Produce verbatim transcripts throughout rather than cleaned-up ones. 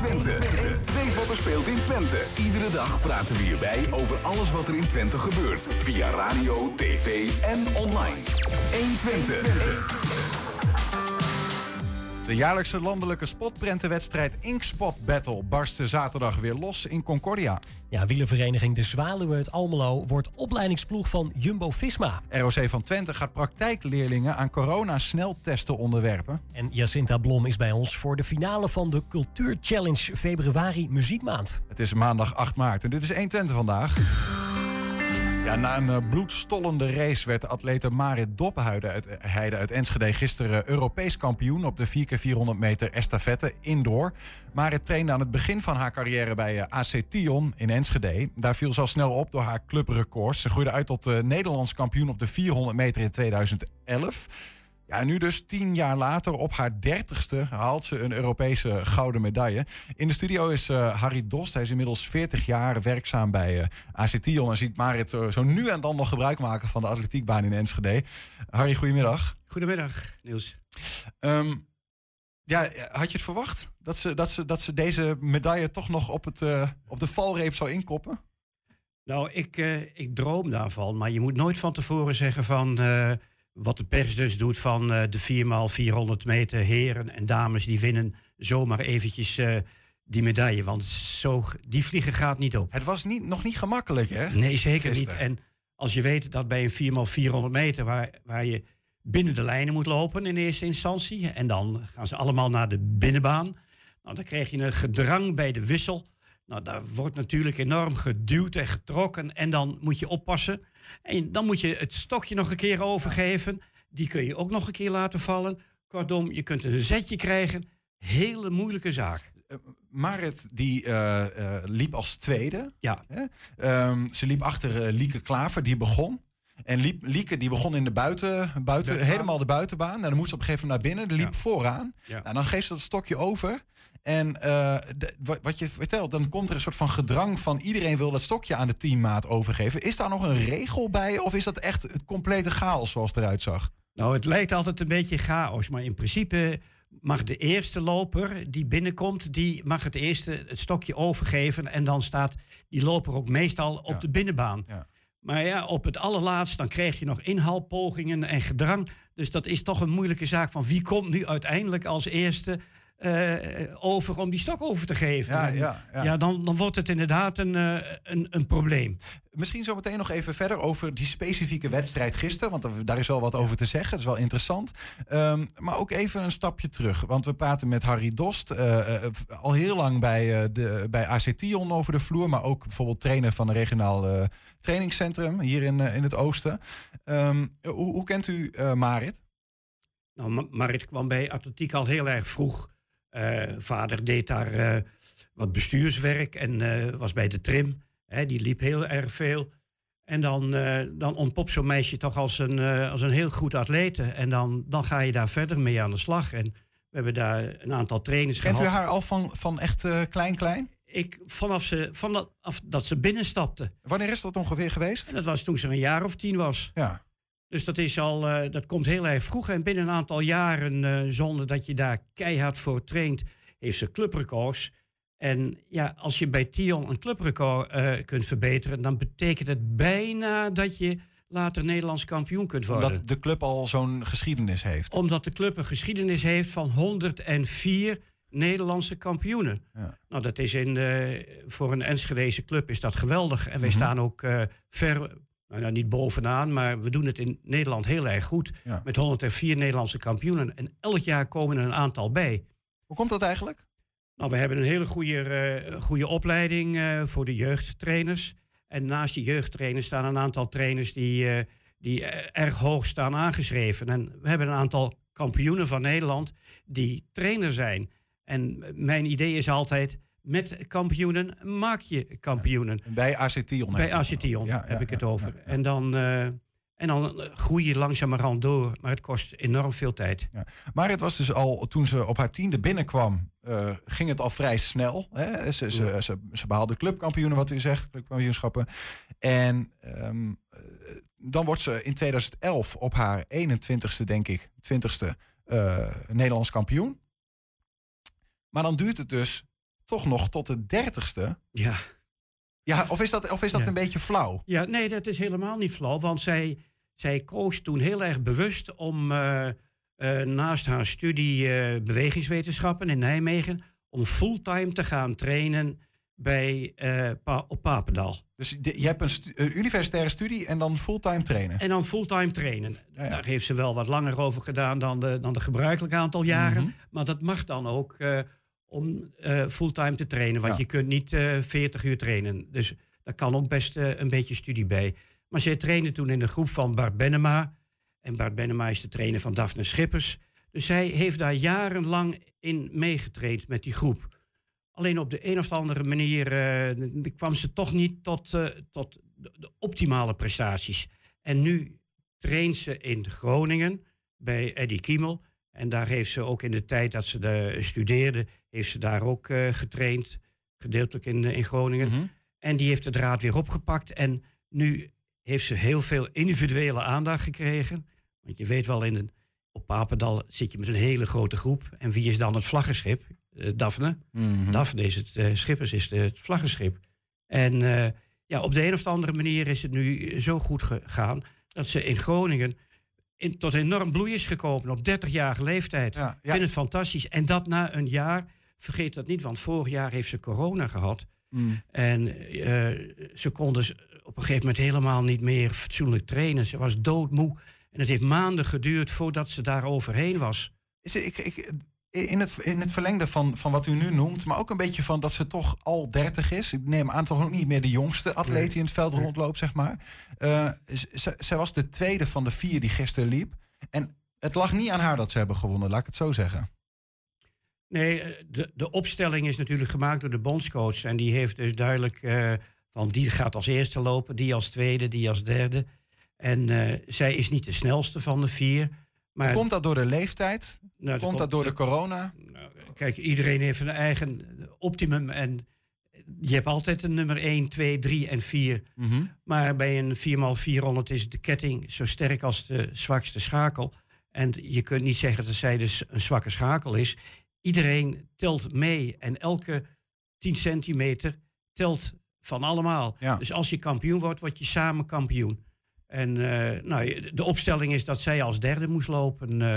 Twente. Weet wat er speelt in Twente. Iedere dag praten we hierbij over alles wat er in Twente gebeurt. Via radio, tv en online. één Twente. De jaarlijkse landelijke spotprentenwedstrijd Inkspot Battle barstte zaterdag weer los in Concordia. Ja, wielervereniging De Zwaluwe uit Almelo wordt opleidingsploeg van Jumbo-Visma. R O C van Twente gaat praktijkleerlingen aan corona-sneltesten onderwerpen. En Jacinta Blom is bij ons voor de finale van de Cultuur Challenge februari muziekmaand. Het is maandag acht maart en dit is één Twente vandaag. Ja, na een uh, bloedstollende race werd de atlete Marit Dopheide uit, Heide uit Enschede gisteren Europees kampioen op de vier keer vierhonderd meter estafette indoor. Marit trainde aan het begin van haar carrière bij uh, A C Tion in Enschede. Daar viel ze al snel op door haar clubrecords. Ze groeide uit tot uh, Nederlands kampioen op de vierhonderd meter in tweeduizend elf. Ja, en nu dus tien jaar later, op haar dertigste, haalt ze een Europese gouden medaille. In de studio is uh, Harry Dost. Hij is inmiddels veertig jaar werkzaam bij uh, A C Tion. En ziet Marit uh, zo nu en dan nog gebruik maken van de atletiekbaan in Enschede. Harry, goedemiddag. Goedemiddag, Niels. Um, ja, had je het verwacht? Dat ze, dat ze, dat ze deze medaille toch nog op, het, uh, op de valreep zou inkoppen? Nou, ik, uh, ik droom daarvan. Maar je moet nooit van tevoren zeggen van... Uh, wat de pers dus doet van uh, de vier maal vierhonderd meter heren en dames... die winnen zomaar eventjes uh, die medaille. Want zo, die vliegen gaat niet op. Het was niet, nog niet gemakkelijk, hè? Nee, zeker Gisteren. niet. En als je weet dat bij een vier maal vierhonderd meter... Waar, waar je binnen de lijnen moet lopen in eerste instantie... en dan gaan ze allemaal naar de binnenbaan... Nou, dan krijg je een gedrang bij de wissel... Nou, daar wordt natuurlijk enorm geduwd en getrokken en dan moet je oppassen. En dan moet je het stokje nog een keer overgeven. Die kun je ook nog een keer laten vallen. Kortom, je kunt een zetje krijgen. Hele moeilijke zaak. Uh, Marit die uh, uh, liep als tweede. Ja. Hè? Um, ze liep achter uh, Lieke Klaver, die begon. En liep, Lieke die begon in de buiten, buiten helemaal de buitenbaan. Nou, dan moest ze op een gegeven moment naar binnen. Die liep ja. vooraan. Ja. Nou, dan geeft ze dat stokje over. En uh, de, wat je vertelt, dan komt er een soort van gedrang van... iedereen wil dat stokje aan de teammaat overgeven. Is daar nog een regel bij of is dat echt het complete chaos zoals het eruit zag? Nou, het lijkt altijd een beetje chaos. Maar in principe mag de eerste loper die binnenkomt... die mag het eerste het stokje overgeven... en dan staat die loper ook meestal op ja. de binnenbaan. Ja. Maar ja, op het allerlaatst, dan krijg je nog inhaalpogingen en gedrang. Dus dat is toch een moeilijke zaak van wie komt nu uiteindelijk als eerste... Uh, over om die stok over te geven. Ja, ja, ja. ja dan, dan wordt het inderdaad een, uh, een, een probleem. Misschien zo meteen nog even verder over die specifieke wedstrijd gisteren. Want daar is wel wat over te zeggen. Dat is wel interessant. Um, maar ook even een stapje terug. Want we praten met Harry Dost. Uh, uh, al heel lang bij, uh, de, bij A C Tion over de vloer. Maar ook bijvoorbeeld trainer van een regionaal uh, trainingscentrum. Hier in, uh, in het oosten. Um, hoe, hoe kent u uh, Marit? Nou, Marit kwam bij atletiek al heel erg vroeg. Uh, vader deed daar uh, wat bestuurswerk en uh, was bij de trim. Hè, die liep heel erg veel. En dan, uh, dan ontpopt zo'n meisje toch als een, uh, als een heel goed atlete. En dan, dan ga je daar verder mee aan de slag. En we hebben daar een aantal trainers Kent gehad. u haar al van, van echt uh, klein klein? Ik, vanaf, ze, vanaf dat ze binnenstapte. Wanneer is dat ongeveer geweest? En dat was toen ze een jaar of tien was. Ja. Dus dat, is al, uh, dat komt heel erg vroeg. En binnen een aantal jaren, uh, zonder dat je daar keihard voor traint, heeft ze clubrecords. En ja, als je bij Tion een clubrecord uh, kunt verbeteren, dan betekent het bijna dat je later Nederlands kampioen kunt worden. Omdat de club al zo'n geschiedenis heeft. Omdat de club een geschiedenis heeft van honderdvier Nederlandse kampioenen. Ja. Nou, dat is in, uh, voor een Enschedese club is dat geweldig. En wij mm-hmm. staan ook uh, ver... Nou, nou, niet bovenaan, maar we doen het in Nederland heel erg goed. Ja. Met honderdvier Nederlandse kampioenen. En elk jaar komen er een aantal bij. Hoe komt dat eigenlijk? Nou, we hebben een hele goede, uh, goede opleiding uh, voor de jeugdtrainers. En naast die jeugdtrainers staan een aantal trainers die, uh, die uh, erg hoog staan aangeschreven. En we hebben een aantal kampioenen van Nederland die trainer zijn. En mijn idee is altijd... Met kampioenen maak je kampioenen. Ja, bij A C Tion. Bij A C Tion ja, heb ja, ik het ja, over. Ja, ja. En, dan, uh, en dan groei je langzamerhand door. Maar het kost enorm veel tijd. Ja. Maar het was dus al, toen ze op haar tiende binnenkwam... Uh, ging het al vrij snel. Hè? Ze, ze, ja. ze, ze behaalde clubkampioenen, wat u zegt. Clubkampioenschappen. En um, dan wordt ze in tweeduizend elf op haar eenentwintigste, denk ik... twintigste uh, Nederlands kampioen. Maar dan duurt het dus... toch nog tot de dertigste. Ja. Ja, of is dat, of is dat Ja. een beetje flauw? Ja, nee, dat is helemaal niet flauw. Want zij, zij koos toen heel erg bewust om uh, uh, naast haar studie uh, bewegingswetenschappen in Nijmegen... om fulltime te gaan trainen bij, uh, pa- op Papendal. Dus de, je hebt een, stu- een universitaire studie en dan fulltime trainen? En dan fulltime trainen. Ja, ja. Daar heeft ze wel wat langer over gedaan dan de, dan de gebruikelijke aantal jaren. Mm-hmm. Maar dat mag dan ook uh, om uh, fulltime te trainen. Want Ja. je kunt niet uh, veertig uur trainen. Dus daar kan ook best uh, een beetje studie bij. Maar zij trainde toen in de groep van Bart Bennema. En Bart Bennema is de trainer van Daphne Schippers. Dus zij heeft daar jarenlang in meegetraind met die groep. Alleen op de een of andere manier uh, kwam ze toch niet tot, uh, tot de, de optimale prestaties. En nu traint ze in Groningen bij Eddie Kiemel. En daar heeft ze ook in de tijd dat ze de studeerde, heeft ze daar ook uh, getraind. Gedeeltelijk in, uh, in Groningen. Mm-hmm. En die heeft de draad weer opgepakt. En nu heeft ze heel veel individuele aandacht gekregen. Want je weet wel, in een, op Papendal zit je met een hele grote groep. En wie is dan het vlaggenschip? Uh, Daphne. Mm-hmm. Daphne is het, uh, Schippers is de, het vlaggenschip. En uh, ja, op de een of andere manier is het nu zo goed gegaan... dat ze in Groningen in, tot enorm bloei is gekomen op dertigjarige leeftijd. Ja, Ik ja. vind het fantastisch. En dat na een jaar, vergeet dat niet... want vorig jaar heeft ze corona gehad... Mm. En uh, ze kon dus op een gegeven moment helemaal niet meer fatsoenlijk trainen. Ze was doodmoe. En het heeft maanden geduurd voordat ze daar overheen was. Is, ik, ik, in, het, in het verlengde van, van wat u nu noemt, maar ook een beetje van dat ze toch al dertig is. Ik neem aan toch ook niet meer de jongste atleet Nee. die in het veld Nee. rondloopt, zeg maar. Uh, z- zij was de tweede van de vier die gisteren liep. En het lag niet aan haar dat ze hebben gewonnen, laat ik het zo zeggen. Nee, de, de opstelling is natuurlijk gemaakt door de bondscoach. En die heeft dus duidelijk uh, van die gaat als eerste lopen, die als tweede, die als derde. En uh, zij is niet de snelste van de vier. Maar Komt dat door de leeftijd? nou, Komt dat door de corona? Nou, kijk, iedereen heeft een eigen optimum. En je hebt altijd een nummer één, twee, drie en vier. Mm-hmm. Maar bij een vier bij vierhonderd is de ketting zo sterk als de zwakste schakel. En je kunt niet zeggen dat zij dus een zwakke schakel is. Iedereen telt mee en elke tien centimeter telt van allemaal. Ja. Dus als je kampioen wordt, word je samen kampioen. En uh, nou, de opstelling is dat zij als derde moest lopen. Uh,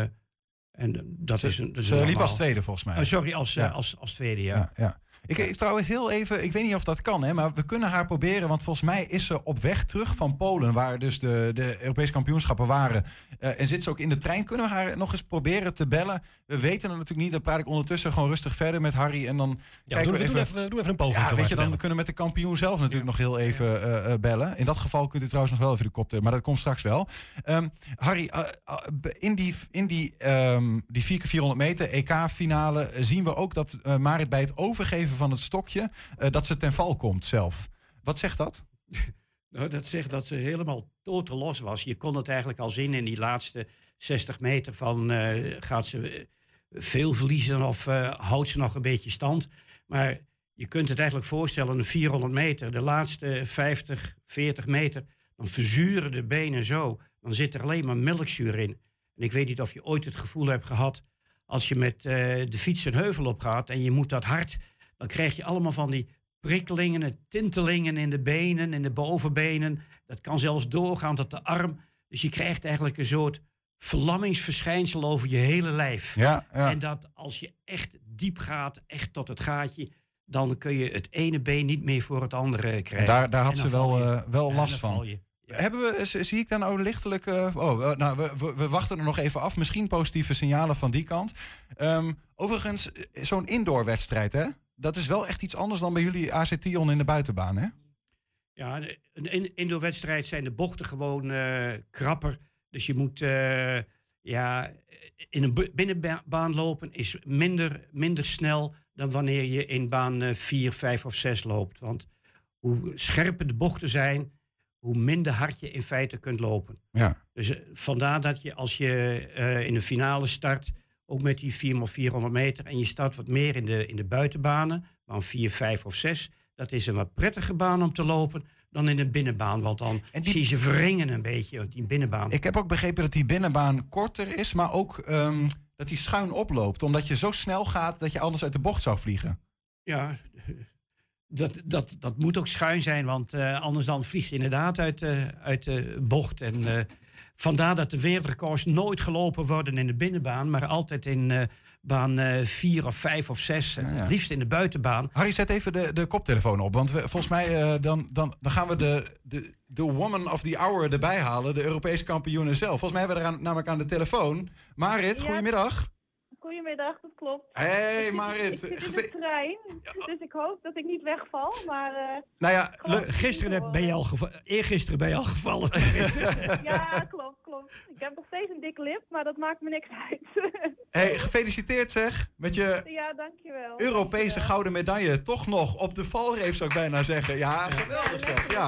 en dat Ze, is een, dat is ze liep normaal. als tweede volgens mij. Oh, sorry, als, Ja. uh, als, als tweede, ja. Ja, ja. Ik, ik trouwens heel even, ik weet niet of dat kan, hè, maar we kunnen haar proberen, want volgens mij is ze op weg terug van Polen, waar dus de, de Europese kampioenschappen waren. Uh, en zit ze ook in de trein. Kunnen we haar nog eens proberen te bellen? We weten het natuurlijk niet, dan praat ik ondertussen gewoon rustig verder met Harry en dan Ja, kijken doe, we doe, even... even, doe even een poging. Ja, om haar weet te je, dan bellen. kunnen we met de kampioen zelf natuurlijk nog heel even uh, uh, bellen. In dat geval kunt u trouwens nog wel even de kop, maar dat komt straks wel. Um, Harry, uh, uh, in die, in die, um, die vier keer vierhonderd meter E K-finale zien we ook dat uh, Marit bij het overgeven van het stokje, uh, dat ze ten val komt zelf. Wat zegt dat? Nou, dat zegt dat ze helemaal totaal los was. Je kon het eigenlijk al zien in die laatste zestig meter van uh, gaat ze veel verliezen of uh, houdt ze nog een beetje stand. Maar je kunt het eigenlijk voorstellen, een vierhonderd meter, de laatste vijftig, veertig meter, dan verzuren de benen zo. Dan zit er alleen maar melkzuur in. En ik weet niet of je ooit het gevoel hebt gehad, als je met uh, de fiets een heuvel op gaat en je moet dat hard, dan krijg je allemaal van die prikkelingen, tintelingen in de benen, in de bovenbenen. Dat kan zelfs doorgaan tot de arm. Dus je krijgt eigenlijk een soort verlammingsverschijnsel over je hele lijf. Ja, ja. En dat als je echt diep gaat, echt tot het gaatje, dan kun je het ene been niet meer voor het andere krijgen. En daar, daar had En ze dan val wel, je. uh, wel Ja, last dan van. val je. Ja. Hebben we, z- zie ik dan nou lichtelijk... Uh, oh, uh, nou, we, we, we wachten er nog even af. Misschien positieve signalen van die kant. Um, overigens, zo'n indoorwedstrijd, hè? Dat is wel echt iets anders dan bij jullie A C Tion in de buitenbaan, hè? Ja, een in- indoorwedstrijd zijn de bochten gewoon uh, krapper. Dus je moet uh, ja, in een bu- binnenbaan lopen is minder, minder snel dan wanneer je in baan vier, vijf of zes loopt. Want hoe scherper de bochten zijn, hoe minder hard je in feite kunt lopen. Ja. Dus uh, vandaar dat je als je uh, in de finale start, ook met die vier bij vierhonderd meter, en je start wat meer in de, in de buitenbanen, baan vier, vijf of zes, dat is een wat prettige baan om te lopen dan in de binnenbaan. Want dan En die- zie je ze wringen een beetje, die binnenbaan. Ik heb ook begrepen dat die binnenbaan korter is, maar ook um, dat die schuin oploopt. Omdat je zo snel gaat dat je anders uit de bocht zou vliegen. Ja, dat, dat, dat moet ook schuin zijn, want uh, anders dan vliegt je inderdaad uit, uh, uit de bocht. En uh, vandaar dat de wereldrecords nooit gelopen worden in de binnenbaan, maar altijd in uh, baan uh, vier of vijf of zes, ja, ja. Het liefst in de buitenbaan. Harry, zet even de, de koptelefoon op, want we, volgens mij uh, dan, dan, dan gaan we de, de, de woman of the hour erbij halen, de Europese kampioene zelf. Volgens mij hebben we er aan, namelijk aan de telefoon. Marit, ja. Goedemiddag. Goedemiddag, dat klopt. Hey Marit. Ik zit in de trein, dus ik hoop dat ik niet wegval. Maar, uh, nou ja, gisteren ben je al gevallen. Eergisteren ben je al gevallen. Ja, klopt, klopt. Ik heb nog steeds een dikke lip, maar dat maakt me niks uit. Hey, gefeliciteerd zeg, met je ja, dankjewel. Europese dankjewel. gouden medaille. Toch nog op de valreep zou ik bijna zeggen. Ja, geweldig zeg. Ja.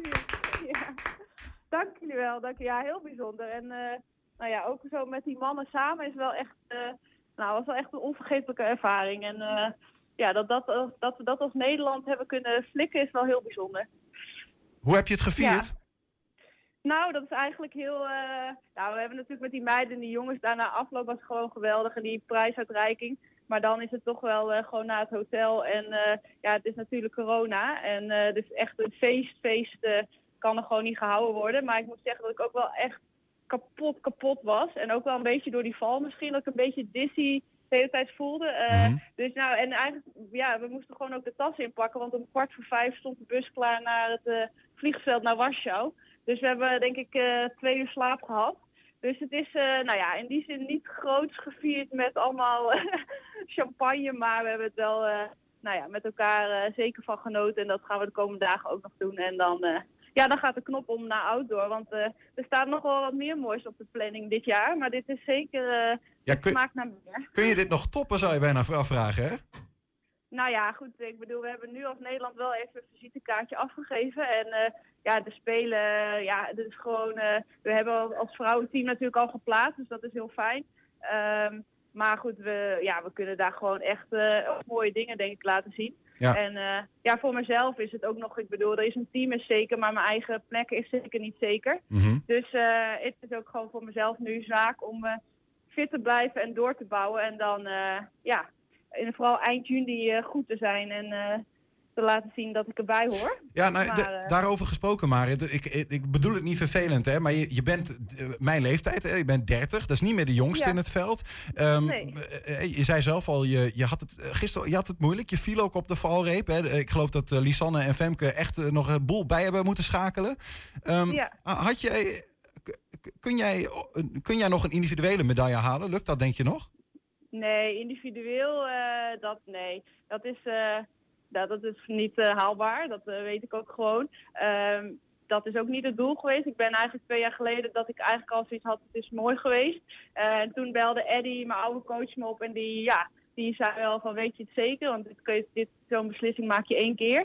Ja. Dank jullie wel. Dank, ja, heel bijzonder. En uh, nou ja, ook zo met die mannen samen is wel echt... Uh, Nou, was wel echt een onvergetelijke ervaring. En uh, ja, dat, dat, dat we dat als Nederland hebben kunnen flikken is wel heel bijzonder. Hoe heb je het gevierd? Ja. Nou, dat is eigenlijk heel... Uh, nou, we hebben natuurlijk met die meiden en die jongens daarna afloop was gewoon geweldig. En die prijsuitreiking. Maar dan is het toch wel uh, gewoon naar het hotel. En uh, ja, het is natuurlijk corona. En uh, dus echt een feest, feest uh, kan er gewoon niet gehouden worden. Maar ik moet zeggen dat ik ook wel echt... kapot, kapot was. En ook wel een beetje door die val misschien, dat ik een beetje dizzy de hele tijd voelde. Uh, mm-hmm. Dus nou, en eigenlijk, ja, we moesten gewoon ook de tas inpakken, want om kwart voor vijf stond de bus klaar naar het uh, vliegveld naar Warschau. Dus we hebben denk ik uh, twee uur slaap gehad. Dus het is, uh, nou ja, in die zin niet groots gevierd met allemaal champagne, maar we hebben het wel, uh, nou ja, met elkaar uh, zeker van genoten. En dat gaan we de komende dagen ook nog doen. En dan... Uh, Ja, dan gaat de knop om naar outdoor, want uh, er staat nog wel wat meer moois op de planning dit jaar. Maar dit is zeker, uh, ja, kun, smaakt naar meer. Kun je dit nog toppen, zou je bijna afvragen, hè? Nou ja, goed, ik bedoel, we hebben nu als Nederland wel even een visitekaartje afgegeven. En uh, ja, de Spelen, uh, ja, dit is gewoon, uh, we hebben als vrouwenteam natuurlijk al geplaatst, dus dat is heel fijn. Um, maar goed, we, ja, we kunnen daar gewoon echt uh, mooie dingen, denk ik, laten zien. Ja. En uh, ja, voor mezelf is het ook nog, ik bedoel, er is een team is zeker, maar mijn eigen plek is zeker niet zeker. Mm-hmm. Dus uh, het is ook gewoon voor mezelf nu zaak om uh, fit te blijven en door te bouwen. En dan, uh, ja, en vooral eind juni uh, goed te zijn en uh, te laten zien dat ik erbij hoor. Ja, nou, maar, de, uh, daarover gesproken, Marit. Ik, ik, ik bedoel het niet vervelend, hè, maar je, je bent uh, mijn leeftijd, hè, je bent dertig. Dat is niet meer de jongste ja. in het veld. Um, nee. uh, je zei zelf al, je, je had het uh, gisteren, je had het moeilijk. Je viel ook op de valreep. Hè. Ik geloof dat uh, Lisanne en Femke echt uh, nog een boel bij hebben moeten schakelen. Um, ja. Had jij, kun, jij, kun jij nog een individuele medaille halen? Lukt dat, denk je nog? Nee, individueel, uh, dat nee. Dat is... Uh... Dat, dat is niet uh, haalbaar, dat uh, weet ik ook gewoon. Um, dat is ook niet het doel geweest. Ik ben eigenlijk twee jaar geleden dat ik eigenlijk al zoiets had, het is mooi geweest. Uh, en toen belde Eddie, mijn oude coach, me op en die, ja, die zei wel van weet je het zeker, want dit, dit, zo'n beslissing maak je één keer.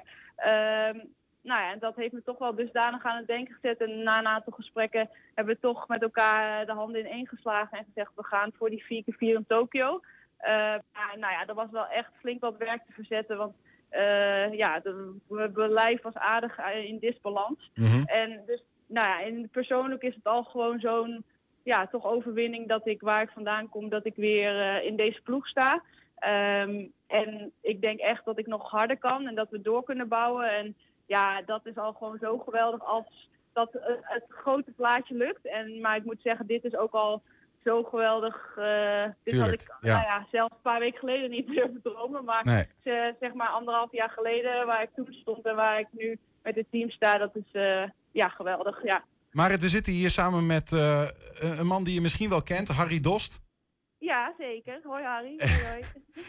Um, nou ja, en dat heeft me toch wel dusdanig aan het denken gezet. En na een aantal gesprekken hebben we toch met elkaar de handen in één geslagen en gezegd we gaan voor die vier keer vier in Tokio. Uh, nou ja, dat was wel echt flink wat werk te verzetten, want Uh, ja, mijn lijf was aardig in disbalans. Mm-hmm. En dus, nou ja, en persoonlijk is het al gewoon zo'n, ja, toch overwinning dat ik, waar ik vandaan kom, dat ik weer uh, in deze ploeg sta. Um, en ik denk echt dat ik nog harder kan en dat we door kunnen bouwen. En ja, dat is al gewoon zo geweldig als dat uh, het grote plaatje lukt. En, maar ik moet zeggen, dit is ook al zo geweldig. Uh, dit Tuurlijk, had ik ja. Nou ja, zelfs een paar weken geleden niet durven dromen. Maar nee. uh, zeg maar anderhalf jaar geleden waar ik toen stond en waar ik nu met het team sta, dat is uh, ja, geweldig. Ja. Maar we zitten hier samen met uh, een man die je misschien wel kent, Harry Dost. Ja, zeker. Hoi Harry. Hoi, hoi.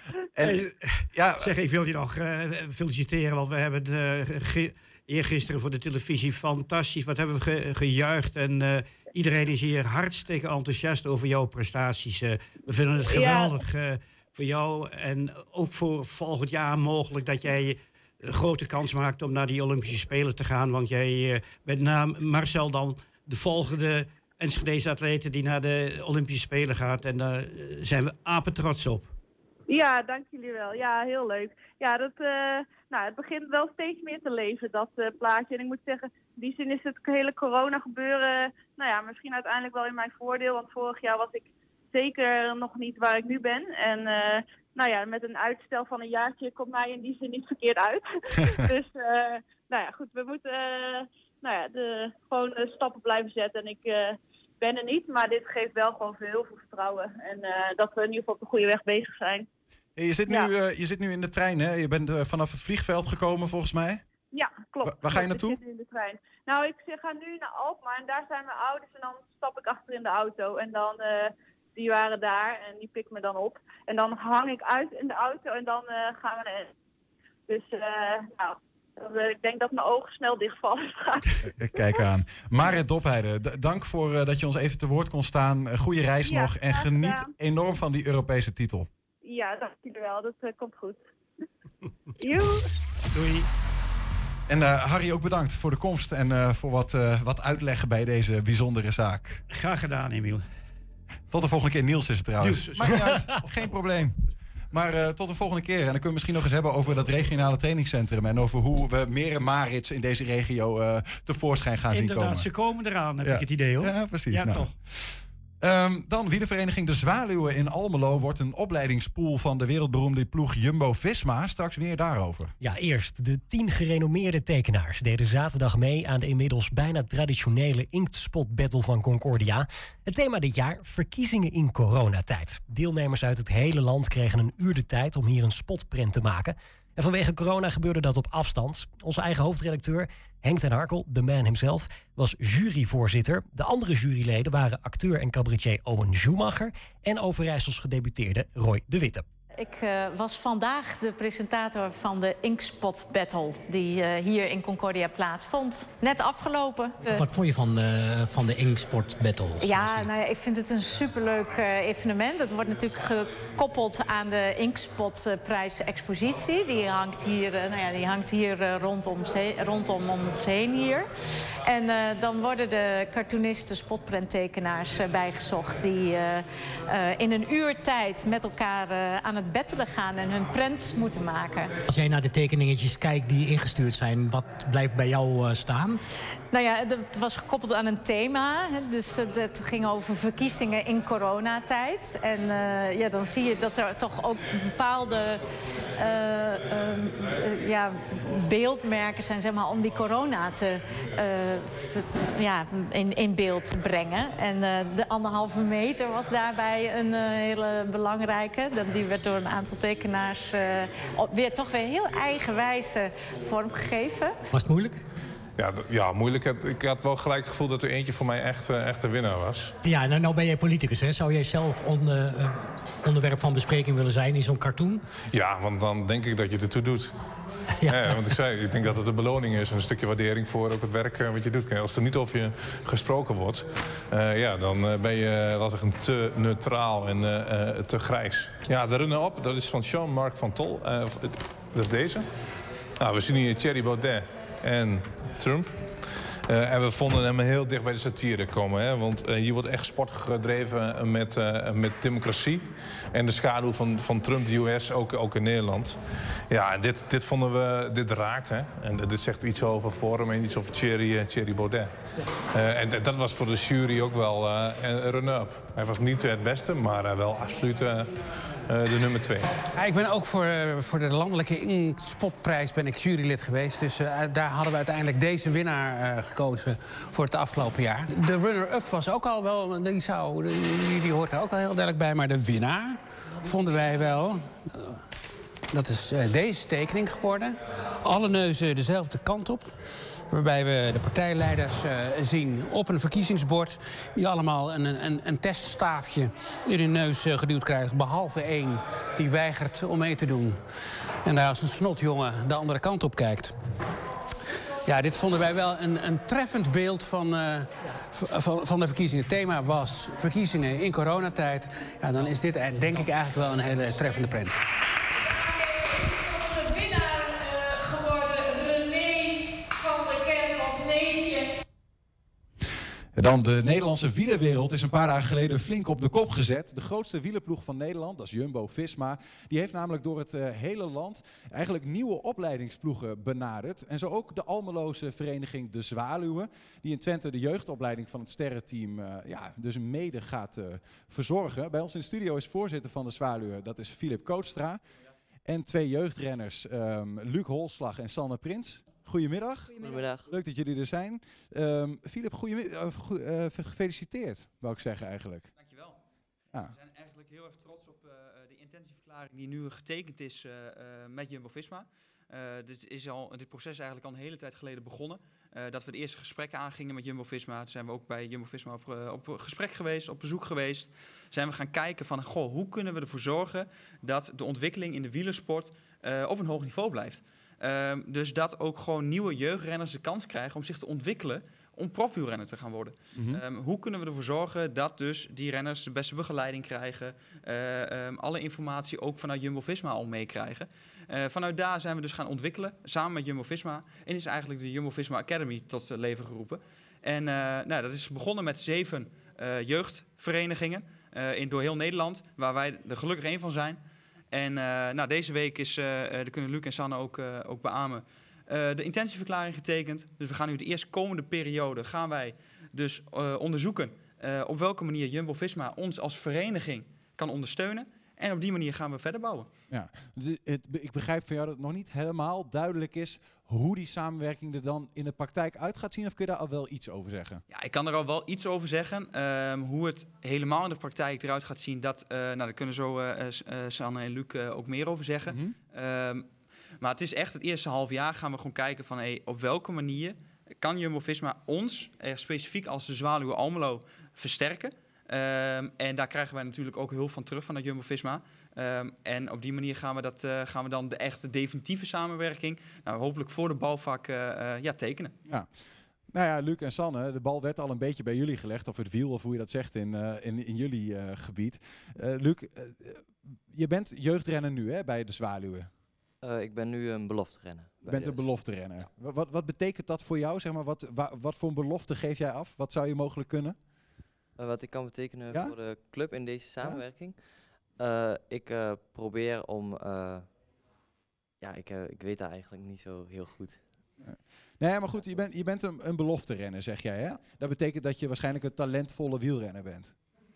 en, ja, zeg, ik wil je nog uh, feliciteren, want we hebben de, ge, eergisteren voor de televisie fantastisch. Wat hebben we ge, gejuicht en uh, iedereen is hier hartstikke enthousiast over jouw prestaties. Uh, we vinden het geweldig uh, voor jou en ook voor volgend jaar mogelijk dat jij een grote kans maakt om naar die Olympische Spelen te gaan. Want jij uh, bent na Marcel dan de volgende Enschedese atleten die naar de Olympische Spelen gaat. En daar uh, zijn we apen trots op. Ja, dank jullie wel. Ja, heel leuk. Ja, dat, uh, nou, het begint wel steeds meer te leven, dat uh, plaatje. En ik moet zeggen, in die zin is het hele corona gebeuren, nou ja, misschien uiteindelijk wel in mijn voordeel. Want vorig jaar was ik zeker nog niet waar ik nu ben. En uh, nou ja, met een uitstel van een jaartje komt mij in die zin niet verkeerd uit. Dus uh, nou ja, goed, we moeten uh, nou ja, de, gewoon uh, stappen blijven zetten. En ik uh, ben er niet, maar dit geeft wel gewoon heel veel vertrouwen. En uh, dat we in ieder geval op de goede weg bezig zijn. Je zit nu, ja. uh, je zit nu in de trein, hè? Je bent uh, vanaf het vliegveld gekomen, volgens mij. Ja, klopt. Wa- waar ga je naartoe? Ik zit nu in de trein. Nou, ik ga nu naar Alkmaar en daar zijn mijn ouders en dan stap ik achter in de auto. En dan, uh, die waren daar en die pikken me dan op. En dan hang ik uit in de auto en dan uh, gaan we erin. Dus, uh, nou, ik denk dat mijn ogen snel dichtvallen. Kijk aan. Marit Dopheide, d- dank voor uh, dat je ons even te woord kon staan. Goeie reis ja, nog en geniet gedaan. enorm van die Europese titel. Ja, dank jullie wel. Dat uh, komt goed. Joe. Doei. En uh, Harry, ook bedankt voor de komst en uh, voor wat, uh, wat uitleggen bij deze bijzondere zaak. Graag gedaan, Emiel. Tot de volgende keer. Niels is het trouwens. Niels. Maakt niet uit, geen probleem. Maar uh, tot de volgende keer. En dan kunnen we misschien nog eens hebben over dat regionale trainingscentrum. En over hoe we meer Marits in deze regio uh, tevoorschijn gaan Inderdaad, zien komen. ze komen eraan, heb ja. ik het idee hoor. Ja, precies. Ja, nou. toch. Um, dan, wielervereniging De Zwaluwen in Almelo wordt een opleidingspool van de wereldberoemde ploeg Jumbo-Visma. Straks meer daarover. Ja, eerst. De tien gerenommeerde tekenaars deden zaterdag mee aan de inmiddels bijna traditionele Inkspot Battle van Concordia. Het thema dit jaar, verkiezingen in coronatijd. Deelnemers uit het hele land kregen een uur de tijd om hier een spotprint te maken. En vanwege corona gebeurde dat op afstand. Onze eigen hoofdredacteur Henk ten Harkel, de man himself, was juryvoorzitter. De andere juryleden waren acteur en cabaretier Owen Schumacher en Overijssels gedebuteerde Roy de Witte. Ik uh, was vandaag de presentator van de Inkspot Battle die uh, hier in Concordia plaatsvond. Net afgelopen. Uh, Wat vond je van de, van de Inkspot Battles? Ja, nou ja, ik vind het een superleuk uh, evenement. Het wordt natuurlijk gekoppeld aan de Inkspot prijs-expositie. Die hangt hier, uh, nou ja, die hangt hier uh, rondom, zee, rondom ons heen hier. En uh, dan worden de cartoonisten, spotprenttekenaars uh, bijgezocht die uh, uh, in een uur tijd met elkaar uh, aan het bettelen gaan en hun prent moeten maken. Als jij naar de tekeningetjes kijkt die ingestuurd zijn, wat blijft bij jou uh, staan? Nou ja, het was gekoppeld aan een thema. Dus het ging over verkiezingen in coronatijd. En uh, ja, dan zie je dat er toch ook bepaalde uh, uh, uh, ja, beeldmerken zijn, zeg maar, om die corona te, uh, ja, in, in beeld te brengen. En uh, de anderhalve meter was daarbij een uh, hele belangrijke. Die werd door een aantal tekenaars uh, weer toch weer heel eigenwijze vormgegeven. Was het moeilijk? Ja, ja, moeilijk. Ik had wel gelijk het gevoel dat er eentje voor mij echt, uh, echt de winnaar was. Ja, nou, nou ben jij politicus, hè? Zou jij zelf on, uh, onderwerp van bespreking willen zijn in zo'n cartoon? Ja, want dan denk ik dat je ertoe doet. Ja. Ja, want ik zei, ik denk dat het een beloning is en een stukje waardering voor ook het werk uh, wat je doet. Als er niet over je gesproken wordt, uh, ja, dan uh, ben je, laat ik zeggen, te neutraal en uh, uh, te grijs. Ja, de runner-up, dat is van Jean-Marc van Tol. Uh, dat is deze. Nou, we zien hier Thierry Baudet en Trump. Uh, en we vonden hem heel dicht bij de satire komen. Hè? Want uh, hier wordt echt sport gedreven met, uh, met democratie. En de schaduw van, van Trump, de U S, ook, ook in Nederland. Ja, dit, dit vonden we, dit raakt. Hè? En dit zegt iets over Forum en iets over Thierry, uh, Thierry Baudet. Uh, en dat was voor de jury ook wel uh, een run-up. Hij was niet het beste, maar uh, wel absoluut uh, uh, de nummer twee. Ja, ik ben ook voor, uh, voor de landelijke Inkspotprijs ben ik jurylid geweest. Dus uh, daar hadden we uiteindelijk deze winnaar uh, gekozen voor het afgelopen jaar. De runner-up was ook al wel, die, zou, die, die hoort er ook al heel duidelijk bij. Maar de winnaar vonden wij wel. Uh, dat is uh, deze tekening geworden. Alle neuzen dezelfde kant op. Waarbij we de partijleiders uh, zien op een verkiezingsbord. Die allemaal een, een, een teststaafje in hun neus uh, geduwd krijgen. Behalve één die weigert om mee te doen. En daar als een snotjongen de andere kant op kijkt. Ja, dit vonden wij wel een, een treffend beeld van, uh, van, van de verkiezingen. Het thema was verkiezingen in coronatijd. Ja, dan is dit denk ik eigenlijk wel een hele treffende prent. Dan de Nederlandse wielerwereld is een paar dagen geleden flink op de kop gezet. De grootste wielerploeg van Nederland, dat is Jumbo-Visma, die heeft namelijk door het uh, hele land eigenlijk nieuwe opleidingsploegen benaderd. En zo ook de Almeloze vereniging De Zwaluwen, die in Twente de jeugdopleiding van het sterrenteam uh, ja, dus mede gaat uh, verzorgen. Bij ons in de studio is voorzitter van De Zwaluwen, dat is Filip Kootstra. En twee jeugdrenners, um, Luc Holslag en Sanne Prins. Goedemiddag. Goedemiddag. Leuk dat jullie er zijn. Um, Filip, goedemiddag. Uh, go uh, gefeliciteerd, wou ik zeggen eigenlijk. Dankjewel. Ja. We zijn eigenlijk heel erg trots op uh, de intentieverklaring die nu getekend is uh, uh, met Jumbo-Visma. Uh, dit, is al, dit proces is eigenlijk al een hele tijd geleden begonnen. Uh, dat we de eerste gesprekken aangingen met Jumbo-Visma. Toen zijn we ook bij Jumbo-Visma op, uh, op gesprek geweest, op bezoek geweest. Zijn we gaan kijken van, goh, hoe kunnen we ervoor zorgen dat de ontwikkeling in de wielersport uh, op een hoog niveau blijft. Um, dus dat ook gewoon nieuwe jeugdrenners de kans krijgen om zich te ontwikkelen om profwielrenner te gaan worden. Mm-hmm. um, hoe kunnen we ervoor zorgen dat dus die renners de beste begeleiding krijgen, uh, um, alle informatie ook vanuit Jumbo-Visma al meekrijgen. Uh, vanuit daar zijn we dus gaan ontwikkelen, samen met Jumbo-Visma. En is eigenlijk de Jumbo-Visma Academy tot uh, leven geroepen. En uh, nou, dat is begonnen met zeven uh, jeugdverenigingen uh, in, door heel Nederland, waar wij er gelukkig één van zijn. En uh, nou, deze week is, uh, daar kunnen Luc en Sanne ook, uh, ook beamen, uh, de intentieverklaring getekend. Dus we gaan nu de eerstkomende periode gaan wij dus uh, onderzoeken uh, op welke manier Jumbo-Visma ons als vereniging kan ondersteunen. En op die manier gaan we verder bouwen. Ja, de, het, ik begrijp van jou dat het nog niet helemaal duidelijk is hoe die samenwerking er dan in de praktijk uit gaat zien. Of kun je daar al wel iets over zeggen? Ja, ik kan er al wel iets over zeggen. Um, hoe het helemaal in de praktijk eruit gaat zien, dat, uh, nou, daar kunnen zo uh, uh, Sanne en Luc uh, ook meer over zeggen. Mm-hmm. um, maar het is echt het eerste half jaar gaan we gewoon kijken van hey, op welke manier kan Jumbo-Visma ons, uh, specifiek als de Zwaluwen Almelo, versterken. Um, en daar krijgen wij natuurlijk ook hulp van terug vanuit Jumbo-Visma. Um, en op die manier gaan we, dat, uh, gaan we dan de echte definitieve samenwerking, nou, hopelijk voor de bouwvak, uh, uh, ja, tekenen. Ja. Nou ja, Luc en Sanne, de bal werd al een beetje bij jullie gelegd, of het wiel, of hoe je dat zegt in, uh, in, in jullie uh, gebied. Uh, Luc, uh, je bent jeugdrenner nu, hè, bij de Zwaluwen. Uh, ik ben nu een belofte renner. Je bent een belofte renner. Ja. Wat, wat betekent dat voor jou? Zeg maar, wat, wa, wat voor een belofte geef jij af? Wat zou je mogelijk kunnen? Uh, wat ik kan betekenen ja? voor de club in deze samenwerking? Ja? Uh, ik uh, probeer om... Uh, ja, ik, uh, ik weet dat eigenlijk niet zo heel goed. Ja. Nee, maar goed, je bent, je bent een, een belofte renner, zeg jij, hè? Dat betekent dat je waarschijnlijk een talentvolle wielrenner bent.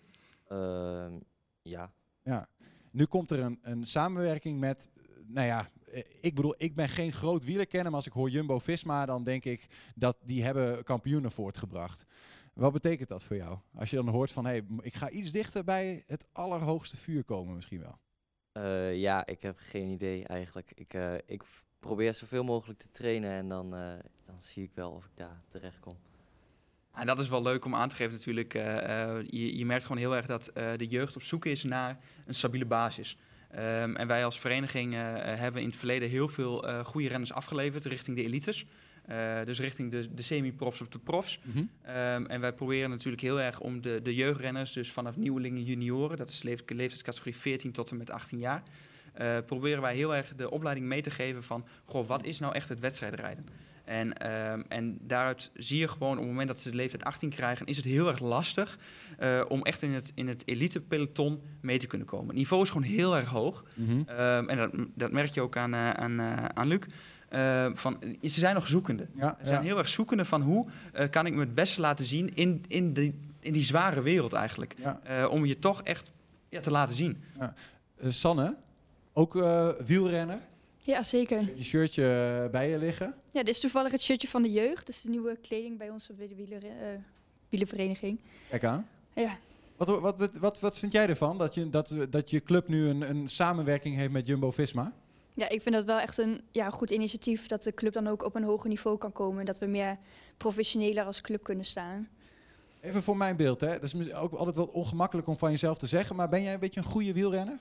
Uh, ja. Ja. Nu komt er een, een samenwerking met... Nou ja, ik bedoel, ik ben geen groot wielerkenner, maar als ik hoor Jumbo-Visma, dan denk ik dat die hebben kampioenen voortgebracht. Wat betekent dat voor jou? Als je dan hoort van, hé, hey, ik ga iets dichter bij het allerhoogste vuur komen misschien wel. Uh, ja, ik heb geen idee eigenlijk. Ik, uh, ik probeer zoveel mogelijk te trainen en dan, uh, dan zie ik wel of ik daar terecht kom. En dat is wel leuk om aan te geven natuurlijk. Uh, uh, je, je merkt gewoon heel erg dat uh, de jeugd op zoek is naar een stabiele basis. Um, en wij als vereniging uh, hebben in het verleden heel veel uh, goede renners afgeleverd richting de elites. Uh, dus richting de, de semi-profs of de profs. Mm-hmm. um, en wij proberen natuurlijk heel erg om de, de jeugdrenners, dus vanaf nieuwelingen, junioren, dat is de leeft, leeftijdscategorie veertien tot en met achttien jaar, uh, proberen wij heel erg de opleiding mee te geven van, goh, wat is nou echt het wedstrijdrijden? En, um, en daaruit zie je gewoon op het moment dat ze de leeftijd achttien krijgen, is het heel erg lastig uh, om echt in het, in het elite peloton mee te kunnen komen. Het niveau is gewoon heel erg hoog. Mm-hmm. um, en dat, dat merk je ook aan, uh, aan, uh, aan Luc. Uh, van, ze zijn nog zoekende. Ja, ze zijn ja. heel erg zoekende van hoe uh, kan ik me het beste laten zien in, in, die, in die zware wereld eigenlijk. Ja. Uh, om je toch echt ja, te laten zien. Ja. Uh, Sanne, ook uh, wielrenner? Ja, zeker. Je shirtje bij je liggen? Ja, dit is toevallig het shirtje van de jeugd. Dat is de nieuwe kleding bij ons bij de wieler, uh, wielervereniging. Kijk aan. Ja. Wat, wat, wat, wat, wat vind jij ervan, dat je, dat, dat je club nu een, een samenwerking heeft met Jumbo-Visma? Ja, ik vind dat wel echt een ja, goed initiatief. Dat de club dan ook op een hoger niveau kan komen. Dat we meer professioneler als club kunnen staan. Even voor mijn beeld, hè. Dat is ook altijd wel ongemakkelijk om van jezelf te zeggen. Maar ben jij een beetje een goede wielrenner?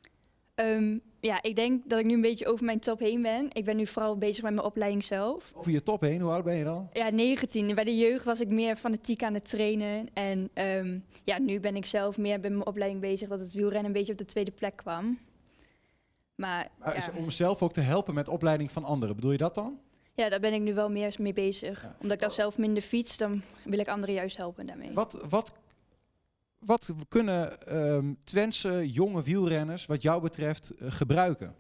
Um, ja, ik denk dat ik nu een beetje over mijn top heen ben. Ik ben nu vooral bezig met mijn opleiding zelf. Over je top heen? Hoe oud ben je dan? Ja, negentien. Bij de jeugd was ik meer fanatiek aan het trainen. En um, ja, nu ben ik zelf meer bij mijn opleiding bezig. Dat het wielrennen een beetje op de tweede plek kwam. Maar, maar ja. Om zelf ook te helpen met opleiding van anderen, bedoel je dat dan? Ja, daar ben ik nu wel meer mee bezig. Ja. Omdat ik dan zelf minder fiets, dan wil ik anderen juist helpen daarmee. Wat, wat, wat kunnen um, Twentse jonge wielrenners, wat jou betreft, uh, gebruiken?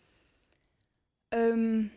Um,